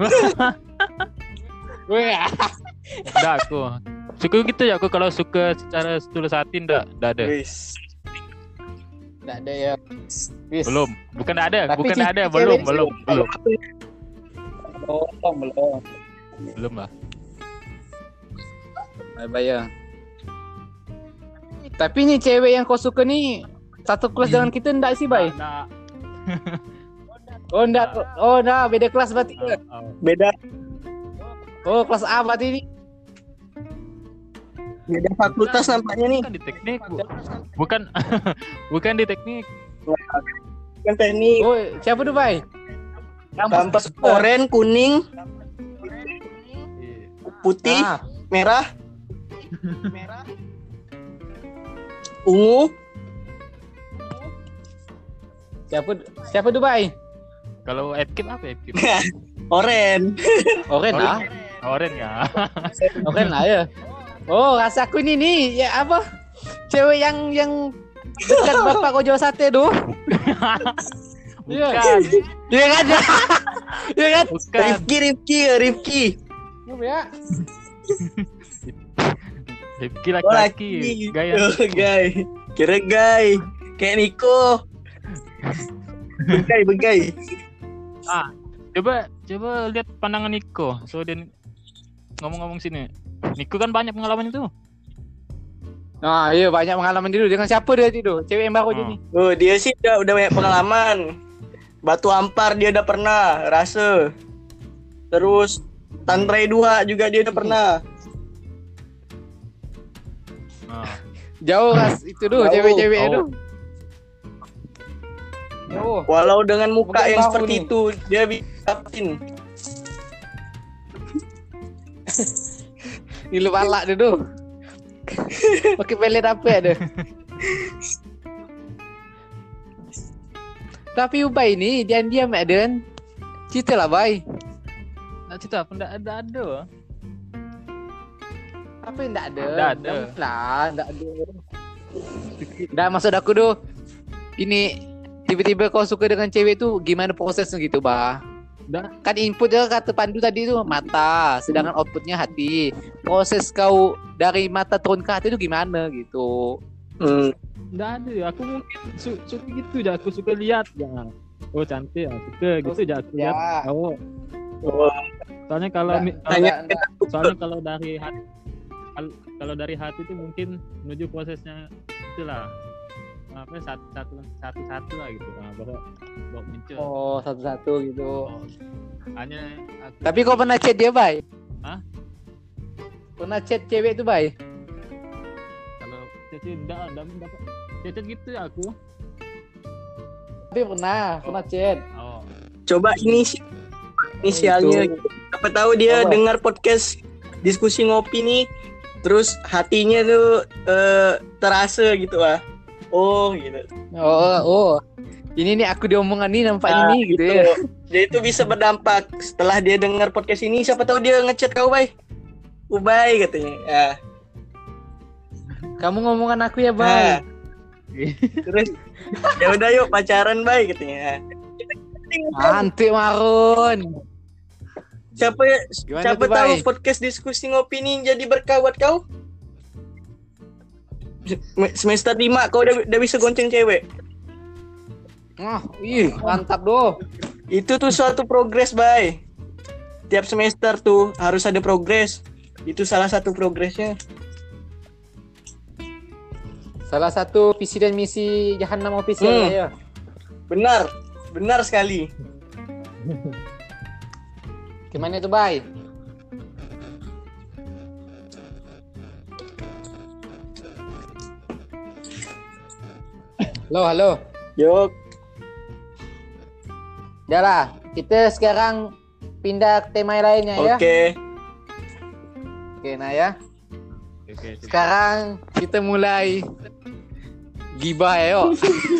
Weh, Enggak aku. Suka gitu ya aku kalau suka secara setulus hati enggak, enggak ada. Wis. enggak ada ya. Wis. Belum. Bukan enggak ada, Tapi bukan cinta enggak ada, cewek belum, sih. belum, belum. Belum, belum. Belum lah. Bay ya. Tapi nih cewek yang kau suka nih satu kelas dengan kita enggak sih, Bay? Enggak. Oh, enggak. Oh, enggak, beda kelas berarti. Oh, oh. Beda Oh, kelas A berarti ini. beda fakultas nampaknya nih. Bukan di teknik, Bu. Bukan bukan di teknik. Kan teknik. Oh, siapa tuh, Bay? Kampas oranye, kuning, putih, Ah, merah, ungu. siapa siapa tuh, Bay? Kalau Epkip apa Epkip? Oren. Oren lah. Oren ya. Oren lah ya. Oh, rasaku ini nih, ya apa? Cewek yang yang dekat Bapak Kojo Sate tuh. Iya. Bukan, Iya kan? Iya kan? bukan. Rifki, Rifki, Rifki. Ya. Epki Oh, laki-laki. laki. Gaya. Oh, gay. Kira gay. Kayak Niko. Begai, begai. Ah, coba coba lihat pandangan Niko. So dia ngomong-ngomong sini. Niko kan banyak pengalaman itu. Nah, iya banyak pengalaman dulu. Dengan siapa dia itu? Cewek yang baru Hmm. ini. Oh, dia sih udah udah banyak pengalaman. Batu Ampar dia udah pernah, rasa. Terus Tantrai dua juga dia udah pernah. Ah. Jauh ras itu tuh, Jauh. cewek-cewek Oh. itu. Jauh. Walau dengan muka Bukan yang bahu seperti nih. itu, dia bisa dapetin. Ini lu balak dia tuh. Pakai pelet apa ya dia? Tapi Ubay ini diam-diam Eden. Cerita lah Bay. Nak cerita apa? Nggak ada ada. Apa yang nggak ada? Nggak ada. Nggak lah, nggak ada. Nggak maksud aku tuh. Ini tiba-tiba kau suka dengan cewek tuh gimana prosesnya gitu bah? Nggak. Kan inputnya kata Pandu tadi tuh mata, sedangkan outputnya hati. Proses kau dari mata turun ke hati itu gimana gitu? Hmm. Nggak ada. Aku mungkin su- suka gitu aja. Aku suka lihat ya. Oh cantik, ah, suka gitu aja aku Ya. lihat. Oh. Oh, Soalnya kalau mi- kalau- hanya soalnya kalau dari hati kal- kalau dari hati itu mungkin menuju prosesnya itulah apa satu satu satu satu lah gitu. Nah, baru baru muncul. Oh satu-satu gitu. Oh, hanya aku Tapi kau pernah chat dia Bay? Hah? Pernah chat cewek tuh Bay? kalau chat enggak enggak dapat chat gitu ya aku. Tapi pernah, pernah chat. Oh. coba inisi inisialnya Itu. gitu. Apa tahu dia Apa? dengar podcast diskusi ngopi nih, terus hatinya tuh eh, terasa gitu ah. Oh gitu. Oh, oh. Ini nih aku diomongan nih nampak Nah, ini gitu ya. Dia itu bisa berdampak setelah dia dengar podcast ini. Siapa tahu dia ngechat kau, Bay. Ubay katanya. Ya. Kamu ngomongan aku ya, Nah, Bay. terus ya udah yuk pacaran, Bay katanya. Antik Marun. Siapa Gimana siapa tuh, tahu Bay? podcast diskusi ngopi ini jadi berkah buat kau. Sem- Semester lima kau udah, udah bisa gonceng cewek. Wah, ih, mantap doh. Itu tuh suatu progres, Bay. Tiap semester tuh harus ada progres. Itu salah satu progresnya. Salah satu visi dan misi Jahannam official Hmm. ya. Benar. Benar sekali. Gimana tuh, Bay? Halo, halo. Yuk. Udah lah, kita sekarang pindah ke tema yang lainnya ya. Oke. Oke, nah ya. Oke, siap. Sekarang kita mulai gibah ya, yuk.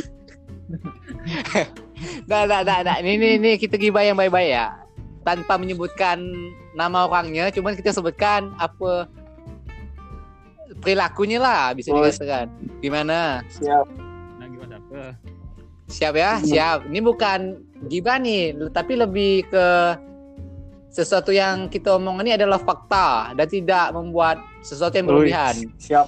Nah, nah, nah, nah. Ini, ini, ini kita gibah yang baik-baik ya. Tanpa menyebutkan nama orangnya, cuman kita sebutkan apa perilakunya lah, bisa Oh. dikatakan. Gimana? Siap. Nah, gimana apa? Siap ya? Siap. Ini bukan gibah nih, tapi lebih ke sesuatu yang kita omong ini adalah fakta dan tidak membuat sesuatu yang berlebihan. Siap.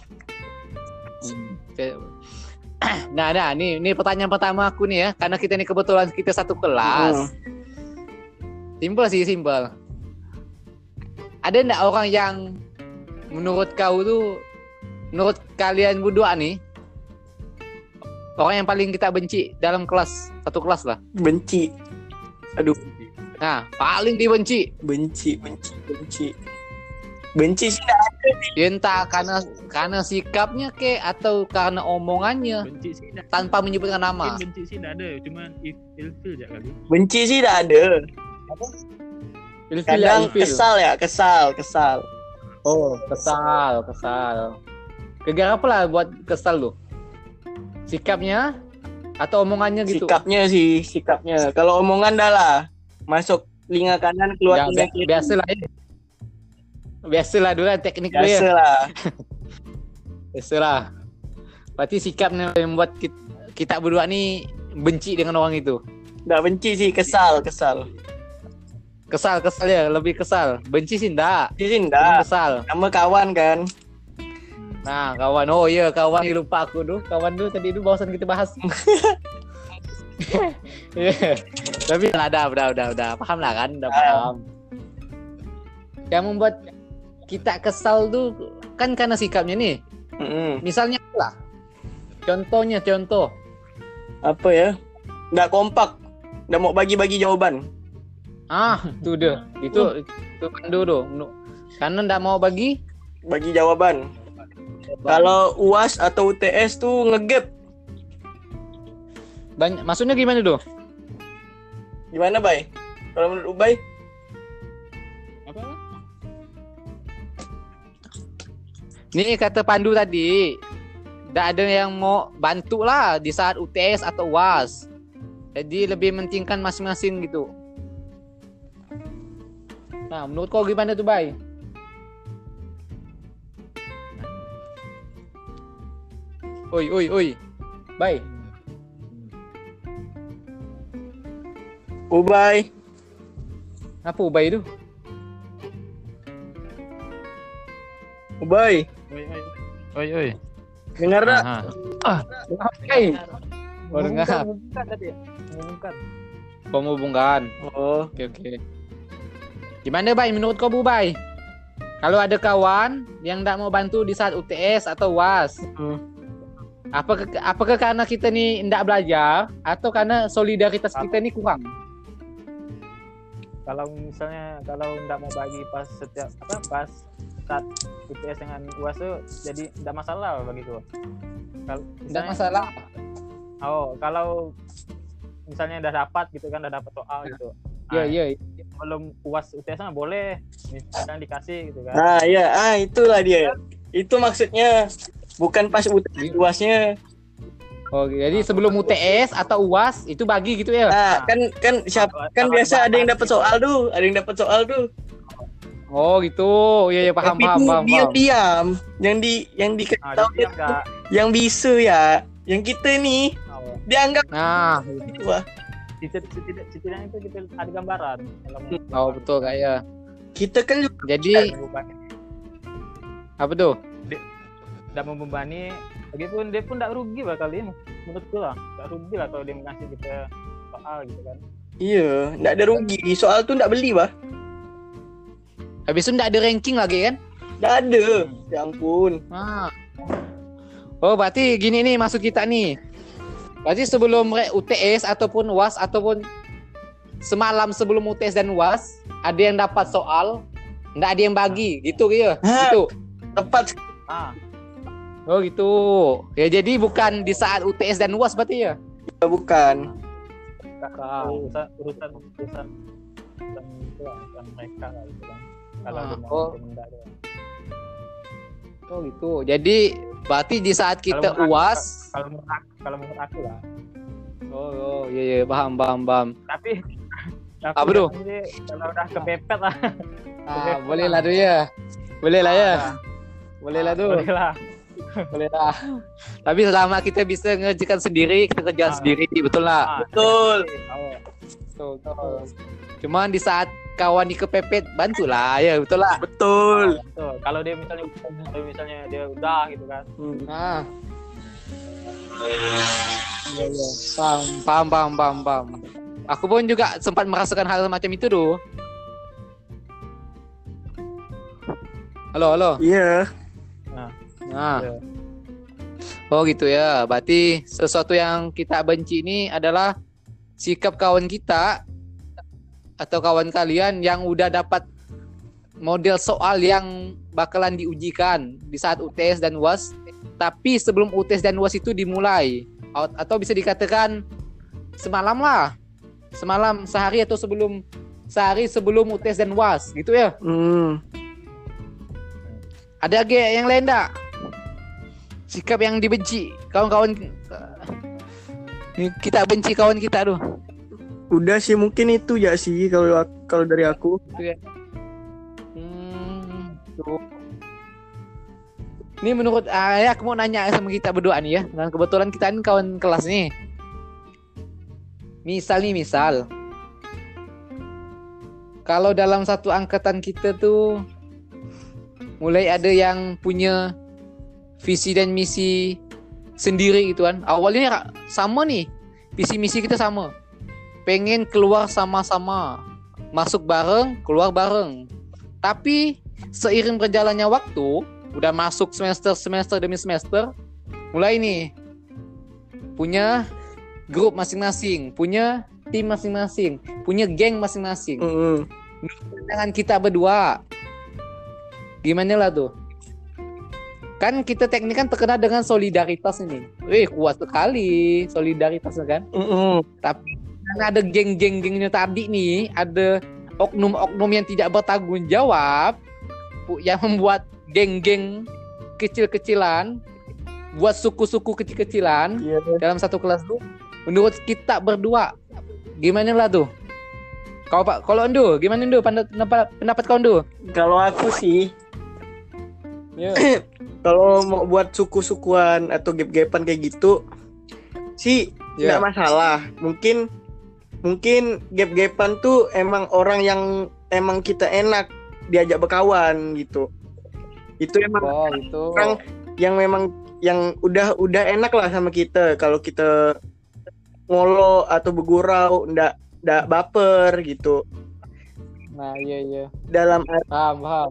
Nah, nah, nih, nih pertanyaan pertama aku nih ya, karena kita ini kebetulan kita satu kelas. Hmm. Simpel sih, simpel. Ada enggak orang yang menurut kau tuh, menurut kalian berdua nih, orang yang paling kita benci dalam kelas, satu kelas lah. Benci. Aduh, Nah, paling dibenci. benci, benci, benci. Benci sih nggak ada. Ya entah karena karena sikapnya ke atau karena omongannya Benci sih dah. tanpa menyebutkan nama. Mungkin benci sih dah ada, cuma if ilfil aja kali. Benci sih nggak ada. Ilfil ya, Kadang ilfil. kesal ya, kesal, kesal. Oh, kesal, kesal. Gara apa lah buat kesal lu? Sikapnya atau omongannya gitu? Sikapnya sih, sikapnya. Kalau omongan dah lah, masuk telinga kanan keluar Ya, telinga bi- kiri. biasalah ya. Biasalah dulu kan teknik dulu Biasa ya. lah. Biasalah. Berarti sikapnya yang membuat kita, kita berdua nih benci dengan orang itu. Nggak benci sih, kesal, kesal. Kesal, kesal ya, lebih kesal. Benci sih enggak. Benci sih Cuman enggak. kesal. Sama kawan kan. Nah, kawan. Oh iya, kawan lupa aku tuh. Kawan tuh tadi itu bahasan kita bahas. Iya. Tapi lah, udah, udah, udah, udah. Paham lah kan? Udah paham. Yang membuat kita kesal tuh kan karena sikapnya nih. Mm-mm. Misalnya lah. Contohnya, contoh. Apa ya? Nggak kompak. Nggak mau bagi-bagi jawaban. Ah, tuh deh. Itu, itu Pandu tuh. Karena nggak mau bagi. Bagi jawaban. Kalau U A S atau U T S tuh ngegap. Banyak, maksudnya gimana tuh? Gimana, Bay? Kalau menurut Ubay? Apa? Nih kata Pandu tadi, nggak ada yang mau bantu lah di saat U T S atau U A S. Jadi lebih mentingkan masing-masing gitu. Nah, menurut kau gimana tuh, Bay? Oi, oi, oi. Bay. Ubay. Apa Bay itu? Ubay. Oi, oi. Oi, oi. Dengar tak? Aha. Hey. Oh, dengar. Mengumumkan tadi ya. Mengumumkan. Pemhubungan. Oh, Oke, oke. Gimana, Bay? Menurut kau, Bu Bay? Kalau ada kawan yang tidak mau bantu di saat U T S atau U A S, hmm. apakah, apakah karena kita nih tidak belajar atau karena solidaritas kita nih kurang? Kalau misalnya kalau nggak mau bagi pas setiap apa pas saat U T S dengan U A S tuh jadi tidak masalah bagiku. Kalau Tidak misalnya, masalah. oh kalau misalnya udah dapat gitu kan, udah dapat soal gitu. Iya, Nah, iya. belum U A S U T S mah boleh misalnya dikasih gitu kan. Nah, iya, ah itulah dia. Itu maksudnya bukan pas U T S U A S-nya. Oh, jadi sebelum U T S atau U A S itu bagi gitu ya? Nah, kan kan siapa kan biasa ada yang dapat soal tuh, ada yang dapat soal tuh. Oh, gitu. Iya, ya, paham, Tapi paham, itu paham, paham. diam-diam. Yang di yang dikasih Nah, tahu jadi dia nggak yang bisu ya. Yang kita nih oh, dianggap Nah, wah, setidak- setidaknya itu kita ada gambaran kalau oh betul kayak. kita kan juga Jadi membebani, apa tuh? tidak membebani, begitupun dia pun tidak rugi lah kali ini menurutku lah, tidak rugi lah kalau dia mengasih kita soal gitu kan. iya, enggak ada rugi. Soal tuh enggak beli, Bah. Habis itu nggak ada ranking lagi kan? Enggak ada. Ya ampun. Ah. Oh, berarti gini nih maksud kita nih. Berarti sebelum re- U T S ataupun U A S ataupun semalam sebelum U T S dan U A S ada yang dapat soal, nggak ada yang bagi, gitu ya? Hah. Gitu. Tepat. Ah, Oh gitu. Ya jadi bukan di saat U T S dan U A S berarti ya? Ya, bukan. Ah. urusan urusan urusan urusan itu lah, urusan mereka lah gitu kan. Kalau Ah, dia mau oh. minta dia. Oh gitu. Jadi berarti di saat kita Kalau U menurut A aku- S. kalau menurut aku, kalau menurut aku lah. Oh, oh iya iya paham paham paham. Tapi Apa tuh? nanti kalau udah kepepet lah. Ah, boleh lah tuh ya. Boleh lah ya. Ah, Boleh lah tuh. boleh lah. Boleh lah. Tapi selama kita bisa ngerjakan sendiri, kita kerjakan Ah. sendiri, betul lah. Ah, Betul. oh, Betul, betul. Cuman di saat kawan dikepepet, bantulah ya, betul lah. Betul. betul. Kalau dia misalnya kalau misalnya dia udah gitu kan. Hmm. Nah. Iya, iya. Paham, paham, paham, paham, paham. Aku pun juga sempat merasakan hal semacam itu tuh. Halo, halo. Iya. Nah. Iya. Oh gitu ya. Berarti sesuatu yang kita benci ini adalah sikap kawan kita atau kawan kalian yang udah dapat model soal yang bakalan diujikan di saat U T S dan U A S. Tapi sebelum U T S dan U A S itu dimulai, atau bisa dikatakan semalam lah, semalam sehari atau sebelum sehari sebelum U T S dan U A S gitu ya. Hmm. Ada lagi yang lain tak? Sikap yang dibenci kawan-kawan kita benci kawan kita tuh. Udah sih mungkin itu ya sih kalau kalau dari aku. Hmm, tuh. Ini menurut ah, ya, aku mau nanya sama kita berdua nih ya. Dan kebetulan kita ini kawan kelas nih. Misal nih misal. Kalau dalam satu angkatan kita tuh mulai ada yang punya visi dan misi sendiri gitu kan. Awalnya sama nih. Visi misi kita sama. Pengen keluar sama-sama. Masuk bareng, keluar bareng. Tapi seiring berjalannya waktu, udah masuk semester-semester demi semester, mulai nih punya grup masing-masing, punya tim masing-masing, punya geng masing-masing. Hmm. Dengan kita berdua, gimana lah tuh? Kan kita teknik kan terkenal dengan solidaritas ini. Wih, kuat sekali solidaritasnya kan. Hmm. Tapi karena ada geng-geng-gengnya tadi nih, ada oknum-oknum yang tidak bertanggung jawab, pu- yang membuat geng-geng kecil-kecilan, buat suku-suku kecil-kecilan Iya. dalam satu kelas tuh. Menurut kita berdua, gimana lah tuh? Kau Pak, kalau Ndu, gimana Ndu? Pendapat pendapat kau Ndu? Kalau aku sih, Ya. kalau mau buat suku-sukuan atau gap-gapan kayak gitu, sih Ya. nggak masalah. Mungkin mungkin gap-gapan tuh emang orang yang emang kita enak diajak berkawan gitu. Itu emang Oh, gitu. orang yang memang yang udah udah enak lah sama kita. Kalau kita ngolo atau bergurau, ndak ndak baper gitu. Nah, iya iya. Dalam Paham, paham.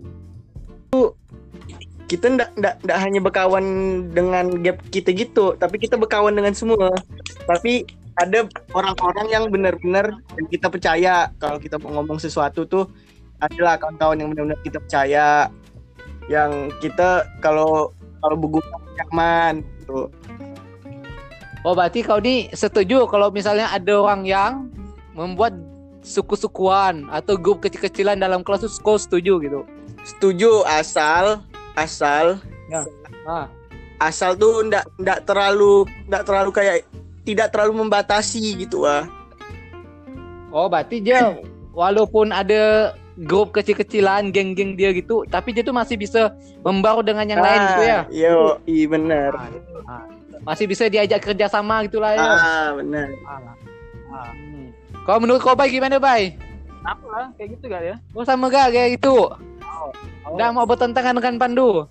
kita ndak ndak ndak hanya berkawan dengan gap kita gitu, tapi kita berkawan dengan semua. Tapi ada orang-orang yang benar-benar yang kita percaya kalau kita mau ngomong sesuatu tuh adalah kawan-kawan yang benar-benar kita percaya, yang kita kalau kalau bergurau nyaman gitu. Oh, berarti kau ini setuju kalau misalnya ada orang yang membuat suku-sukuan atau grup kecil-kecilan dalam kelas itu kau setuju gitu? Setuju asal asal Ah, asal tuh ndak ndak terlalu ndak terlalu kayak tidak terlalu membatasi gitu ah. oh, berarti dia walaupun ada grup kecil-kecilan, geng-geng dia gitu, tapi dia tuh masih bisa membaur dengan yang lain gitu ya? Yo, iya benar. Ah, masih bisa diajak kerja sama gitulah ya. Ah, benar. Hmm. Kalau menurut kau Bay gimana Bay? Apa lah kayak gitu gak ya? Oh sama gak kayak gitu? Oh, Udah mau bertentangan dengan Pandu?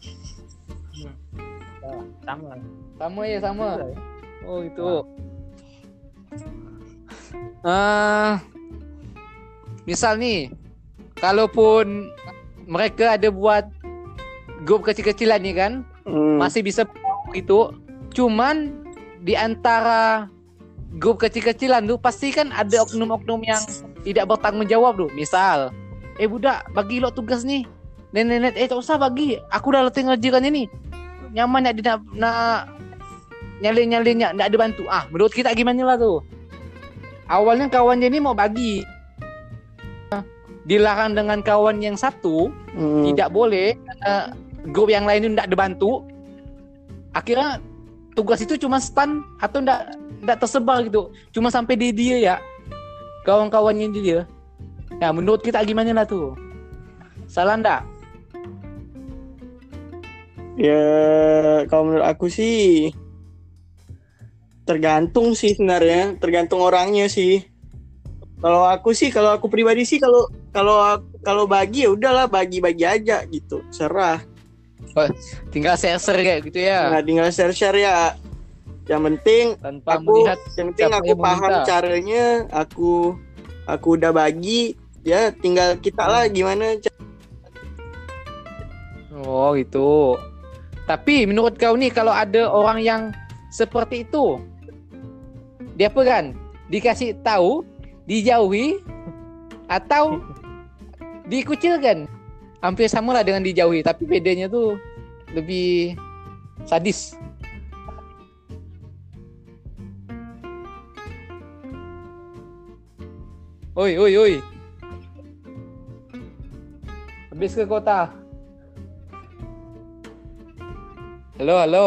sama. Sama ya sama. Iya, ya. Oh itu. Eh, misal nih, kalaupun mereka ada buat grup kecil-kecilan nih kan, Hmm. masih bisa gitu. Cuman di antara grup kecil-kecilan tuh pasti kan ada oknum-oknum yang tidak bertanggung jawab tuh. Misal, eh budak bagi lo tugas nih. Nenek-nenek eh tak usah bagi. Aku udah letih ngerjakan ini. Nyaman nak nak, nak nyalin-nyalinnya enggak ada bantu. Ah, menurut kita gimana lah tuh? Awalnya kawannya ini mau bagi. Dilarang dengan kawan yang satu, Hmm. tidak boleh karena grup yang lain itu enggak ada bantu. Akhirnya tugas itu cuma stun atau enggak enggak tersebar gitu. Cuma sampai di dia ya. Kawan-kawannya dia. Nah, menurut kita gimana lah tuh? Salah enggak? Ya, kalau menurut aku sih tergantung sih sebenarnya, tergantung orangnya sih. Kalau aku sih, kalau aku pribadi sih, kalau kalau kalau bagi ya udahlah bagi-bagi aja gitu, serah. Tinggal share-share kayak gitu ya. Nah, tinggal share-share ya. Yang penting Tanpa aku, melihat yang penting siapa aku yang paham meminta. caranya, aku aku udah bagi, ya tinggal kita lah gimana. ca- Oh gitu. Tapi menurut kau nih kalau ada orang yang seperti itu, dia apa kan? Dikasih tahu, dijauhi, atau dikucilkan? Hampir sama lah dengan dijauhi, tapi bedanya tuh lebih sadis. Oi, oi, oi. Habis ke kota. Halo, halo.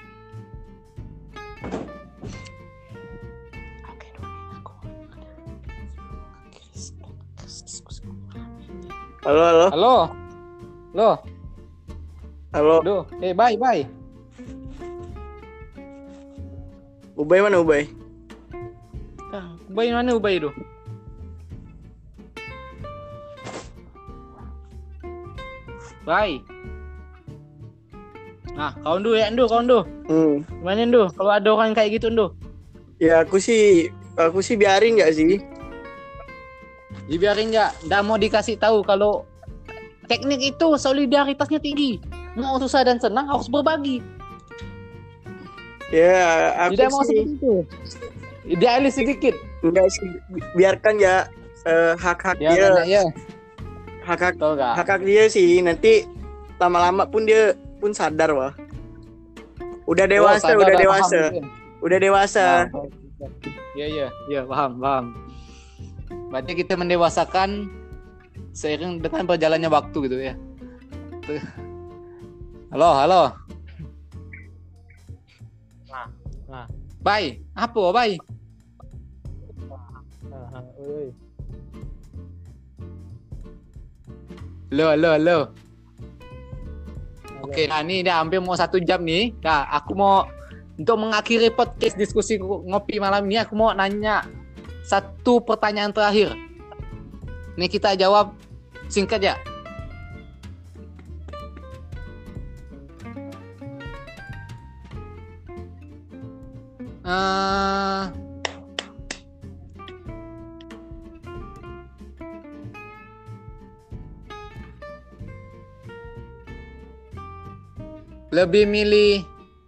Halo, halo, Halo. Halo. halo. Aduh. Eh, bye, bye. Ubay mana Ubay? Ah, Ubay mana Ubay itu? Bye. Nah, kawan dulu ya, Ndu, kawan dulu. Hmm. Gimana Ndu? Kalau ada orang kayak gitu, Ndu? Ya aku sih, aku sih biarin nggak sih? Dibiarin nggak? Nggak mau dikasih tahu kalau teknik itu solidaritasnya tinggi. Mau susah dan senang harus berbagi. Ya aku Tidak mau sih seperti itu. Idealis sedikit. enggak sih, biarkan ya eh, hak-hak Ya, dia, kan, ya. hak-hak Betul nggak? hak-hak dia sih. Nanti lama-lama pun dia pun sadar wah. Udah dewasa, Oh, sadar udah dan dewasa, paham mungkin. udah dewasa. Nah, iya iya iya paham paham. Berarti kita mendewasakan seiring dengan berjalannya waktu gitu ya. Tuh. Halo halo. Nah, nah. Bye. Apa bye? Aha. Oi. Lo, lo, lo. Oke, nah ini udah hampir mau satu jam nih. Nah, aku mau untuk mengakhiri podcast diskusi ngopi malam ini, aku mau nanya satu pertanyaan terakhir. Ini kita jawab singkat ya. Uh, lebih milih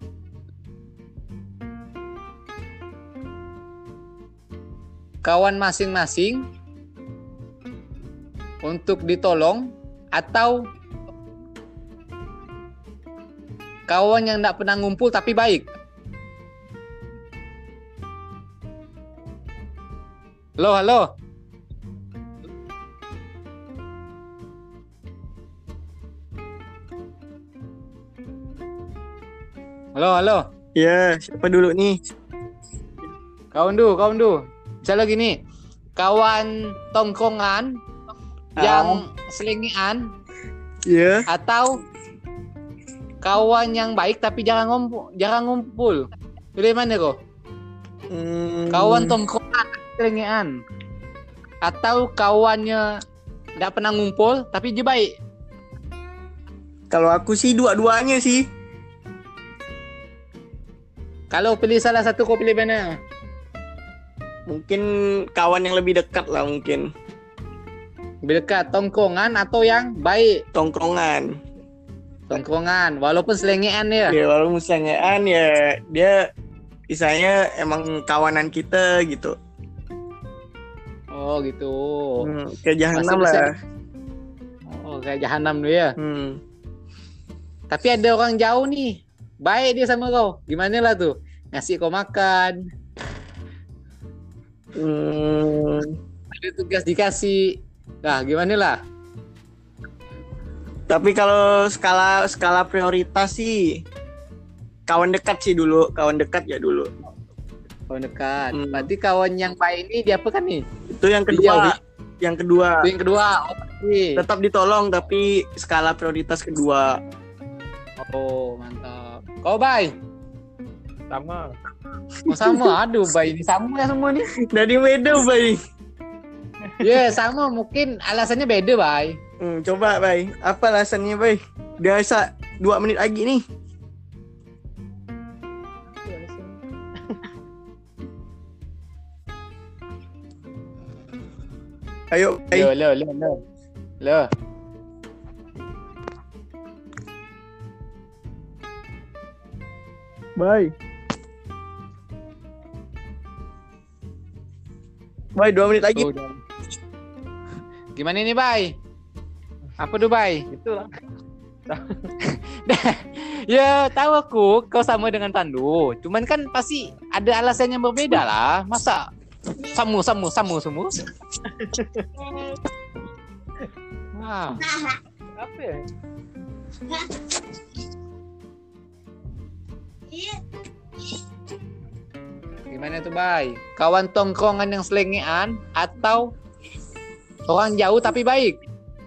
kawan masing-masing untuk ditolong atau kawan yang tidak pernah ngumpul tapi baik? Halo, halo. Halo, halo. Ya, siapa dulu nih? Kawan du, kawan du. Misalnya gini, kawan tongkrongan Ah. yang selingian Ya. atau kawan yang baik tapi jarang ngumpul, jarang ngumpul. Pilih mana kok? Hmm, Kawan tongkrongan selingian atau kawannya tidak pernah ngumpul tapi dia baik. Kalau aku sih dua-duanya sih. Kalau pilih salah satu, kau pilih mana? Mungkin kawan yang lebih dekat lah mungkin. Lebih dekat tongkrongan atau yang baik? Tongkrongan. Tongkrongan, walaupun selengean ya. Ya walaupun misalnya ya dia misalnya emang kawanan kita gitu. Oh gitu. Hmm, kayak jahanam Masih bisa- lah. Oh kayak jahanam tuh ya. Hmm. Tapi ada orang jauh nih, baik dia sama kau. Gimana lah tuh? Ngasih kau makan, Hmm. ada tugas dikasih. Nah gimana lah? Tapi kalau skala skala prioritas sih kawan dekat sih dulu, kawan dekat ya dulu. Kawan dekat. Hmm. Berarti kawan yang baik ini dia apa kan nih? Itu yang kedua. Dijauhi. Yang kedua. Itu yang kedua. Oh, pasti. Tetap ditolong tapi skala prioritas kedua. Oh mantap. Kau baik? Sama. Oh sama. Aduh baik ini sama ya semua nih. Dari beda, Bay. Ya yeah, sama, mungkin alasannya beda baik. Hmm, coba, Bay. Apa alasannya, Bay? Udah sa dua menit lagi nih. Ayo, Bay. Lo lo lo lo. Lo. Bay. Bay, dua menit lagi. Oh, udah. Gimana nih, Bay? Apa tuh, Bay? Itulah. Ya, tahu aku kau sama dengan Tandu. Cuman kan pasti ada alasan yang berbeda lah. Masa samu samu samu samu? Nah, Apa ya? gimana tuh, Bay? Kawan tongkrongan yang selengean atau orang jauh tapi baik?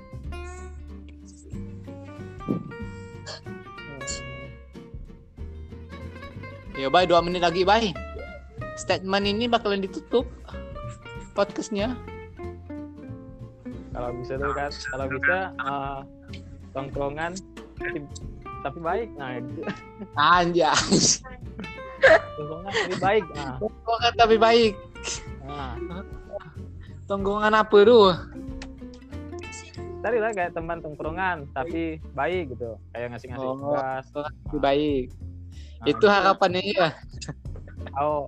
Ya, Bay, dua menit lagi, Bay. Statement ini bakalan ditutup podcastnya. Kalau bisa tuh kan, kalau bisa uh, tongkrongan tapi, tapi baik. Nah, gitu. Anjay. Tongkrongan tapi baik. Nah, Tongkrongan tapi baik. nah. Tongkrongan apa tuh? Cari lah kayak teman tongkrongan tapi baik gitu, kayak ngasih-ngasih Oh, tugas. Lebih baik. Nah, Itu harapannya ya. Oh,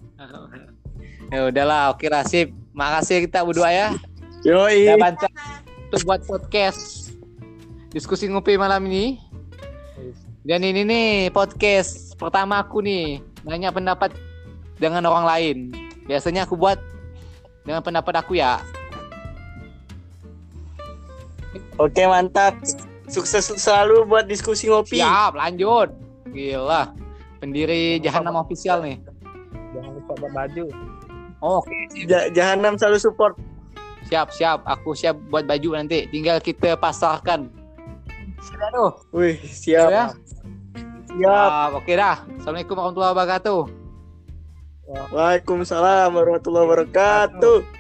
Ya udahlah, oke Rasif. Makasih kita berdua ya. Yoi. Udah bantu untuk buat podcast diskusi ngopi malam ini. Dan ini nih podcast pertama aku nih, nanya pendapat dengan orang lain. Biasanya aku buat dengan pendapat aku ya. Oke, mantap. Sukses selalu buat diskusi ngopi. Siap, lanjut. Gila. Pendiri Jahanam official nih. jangan lupa buat baju. Oh, oke. Ja- Jahanam selalu support. Siap, siap. Aku siap buat baju nanti. Tinggal kita pasarkan. Sudah tuh. Wih, siap. Ya. Siap. Ah, oke dah. Assalamualaikum warahmatullahi wabarakatuh. Waalaikumsalam warahmatullahi wabarakatuh.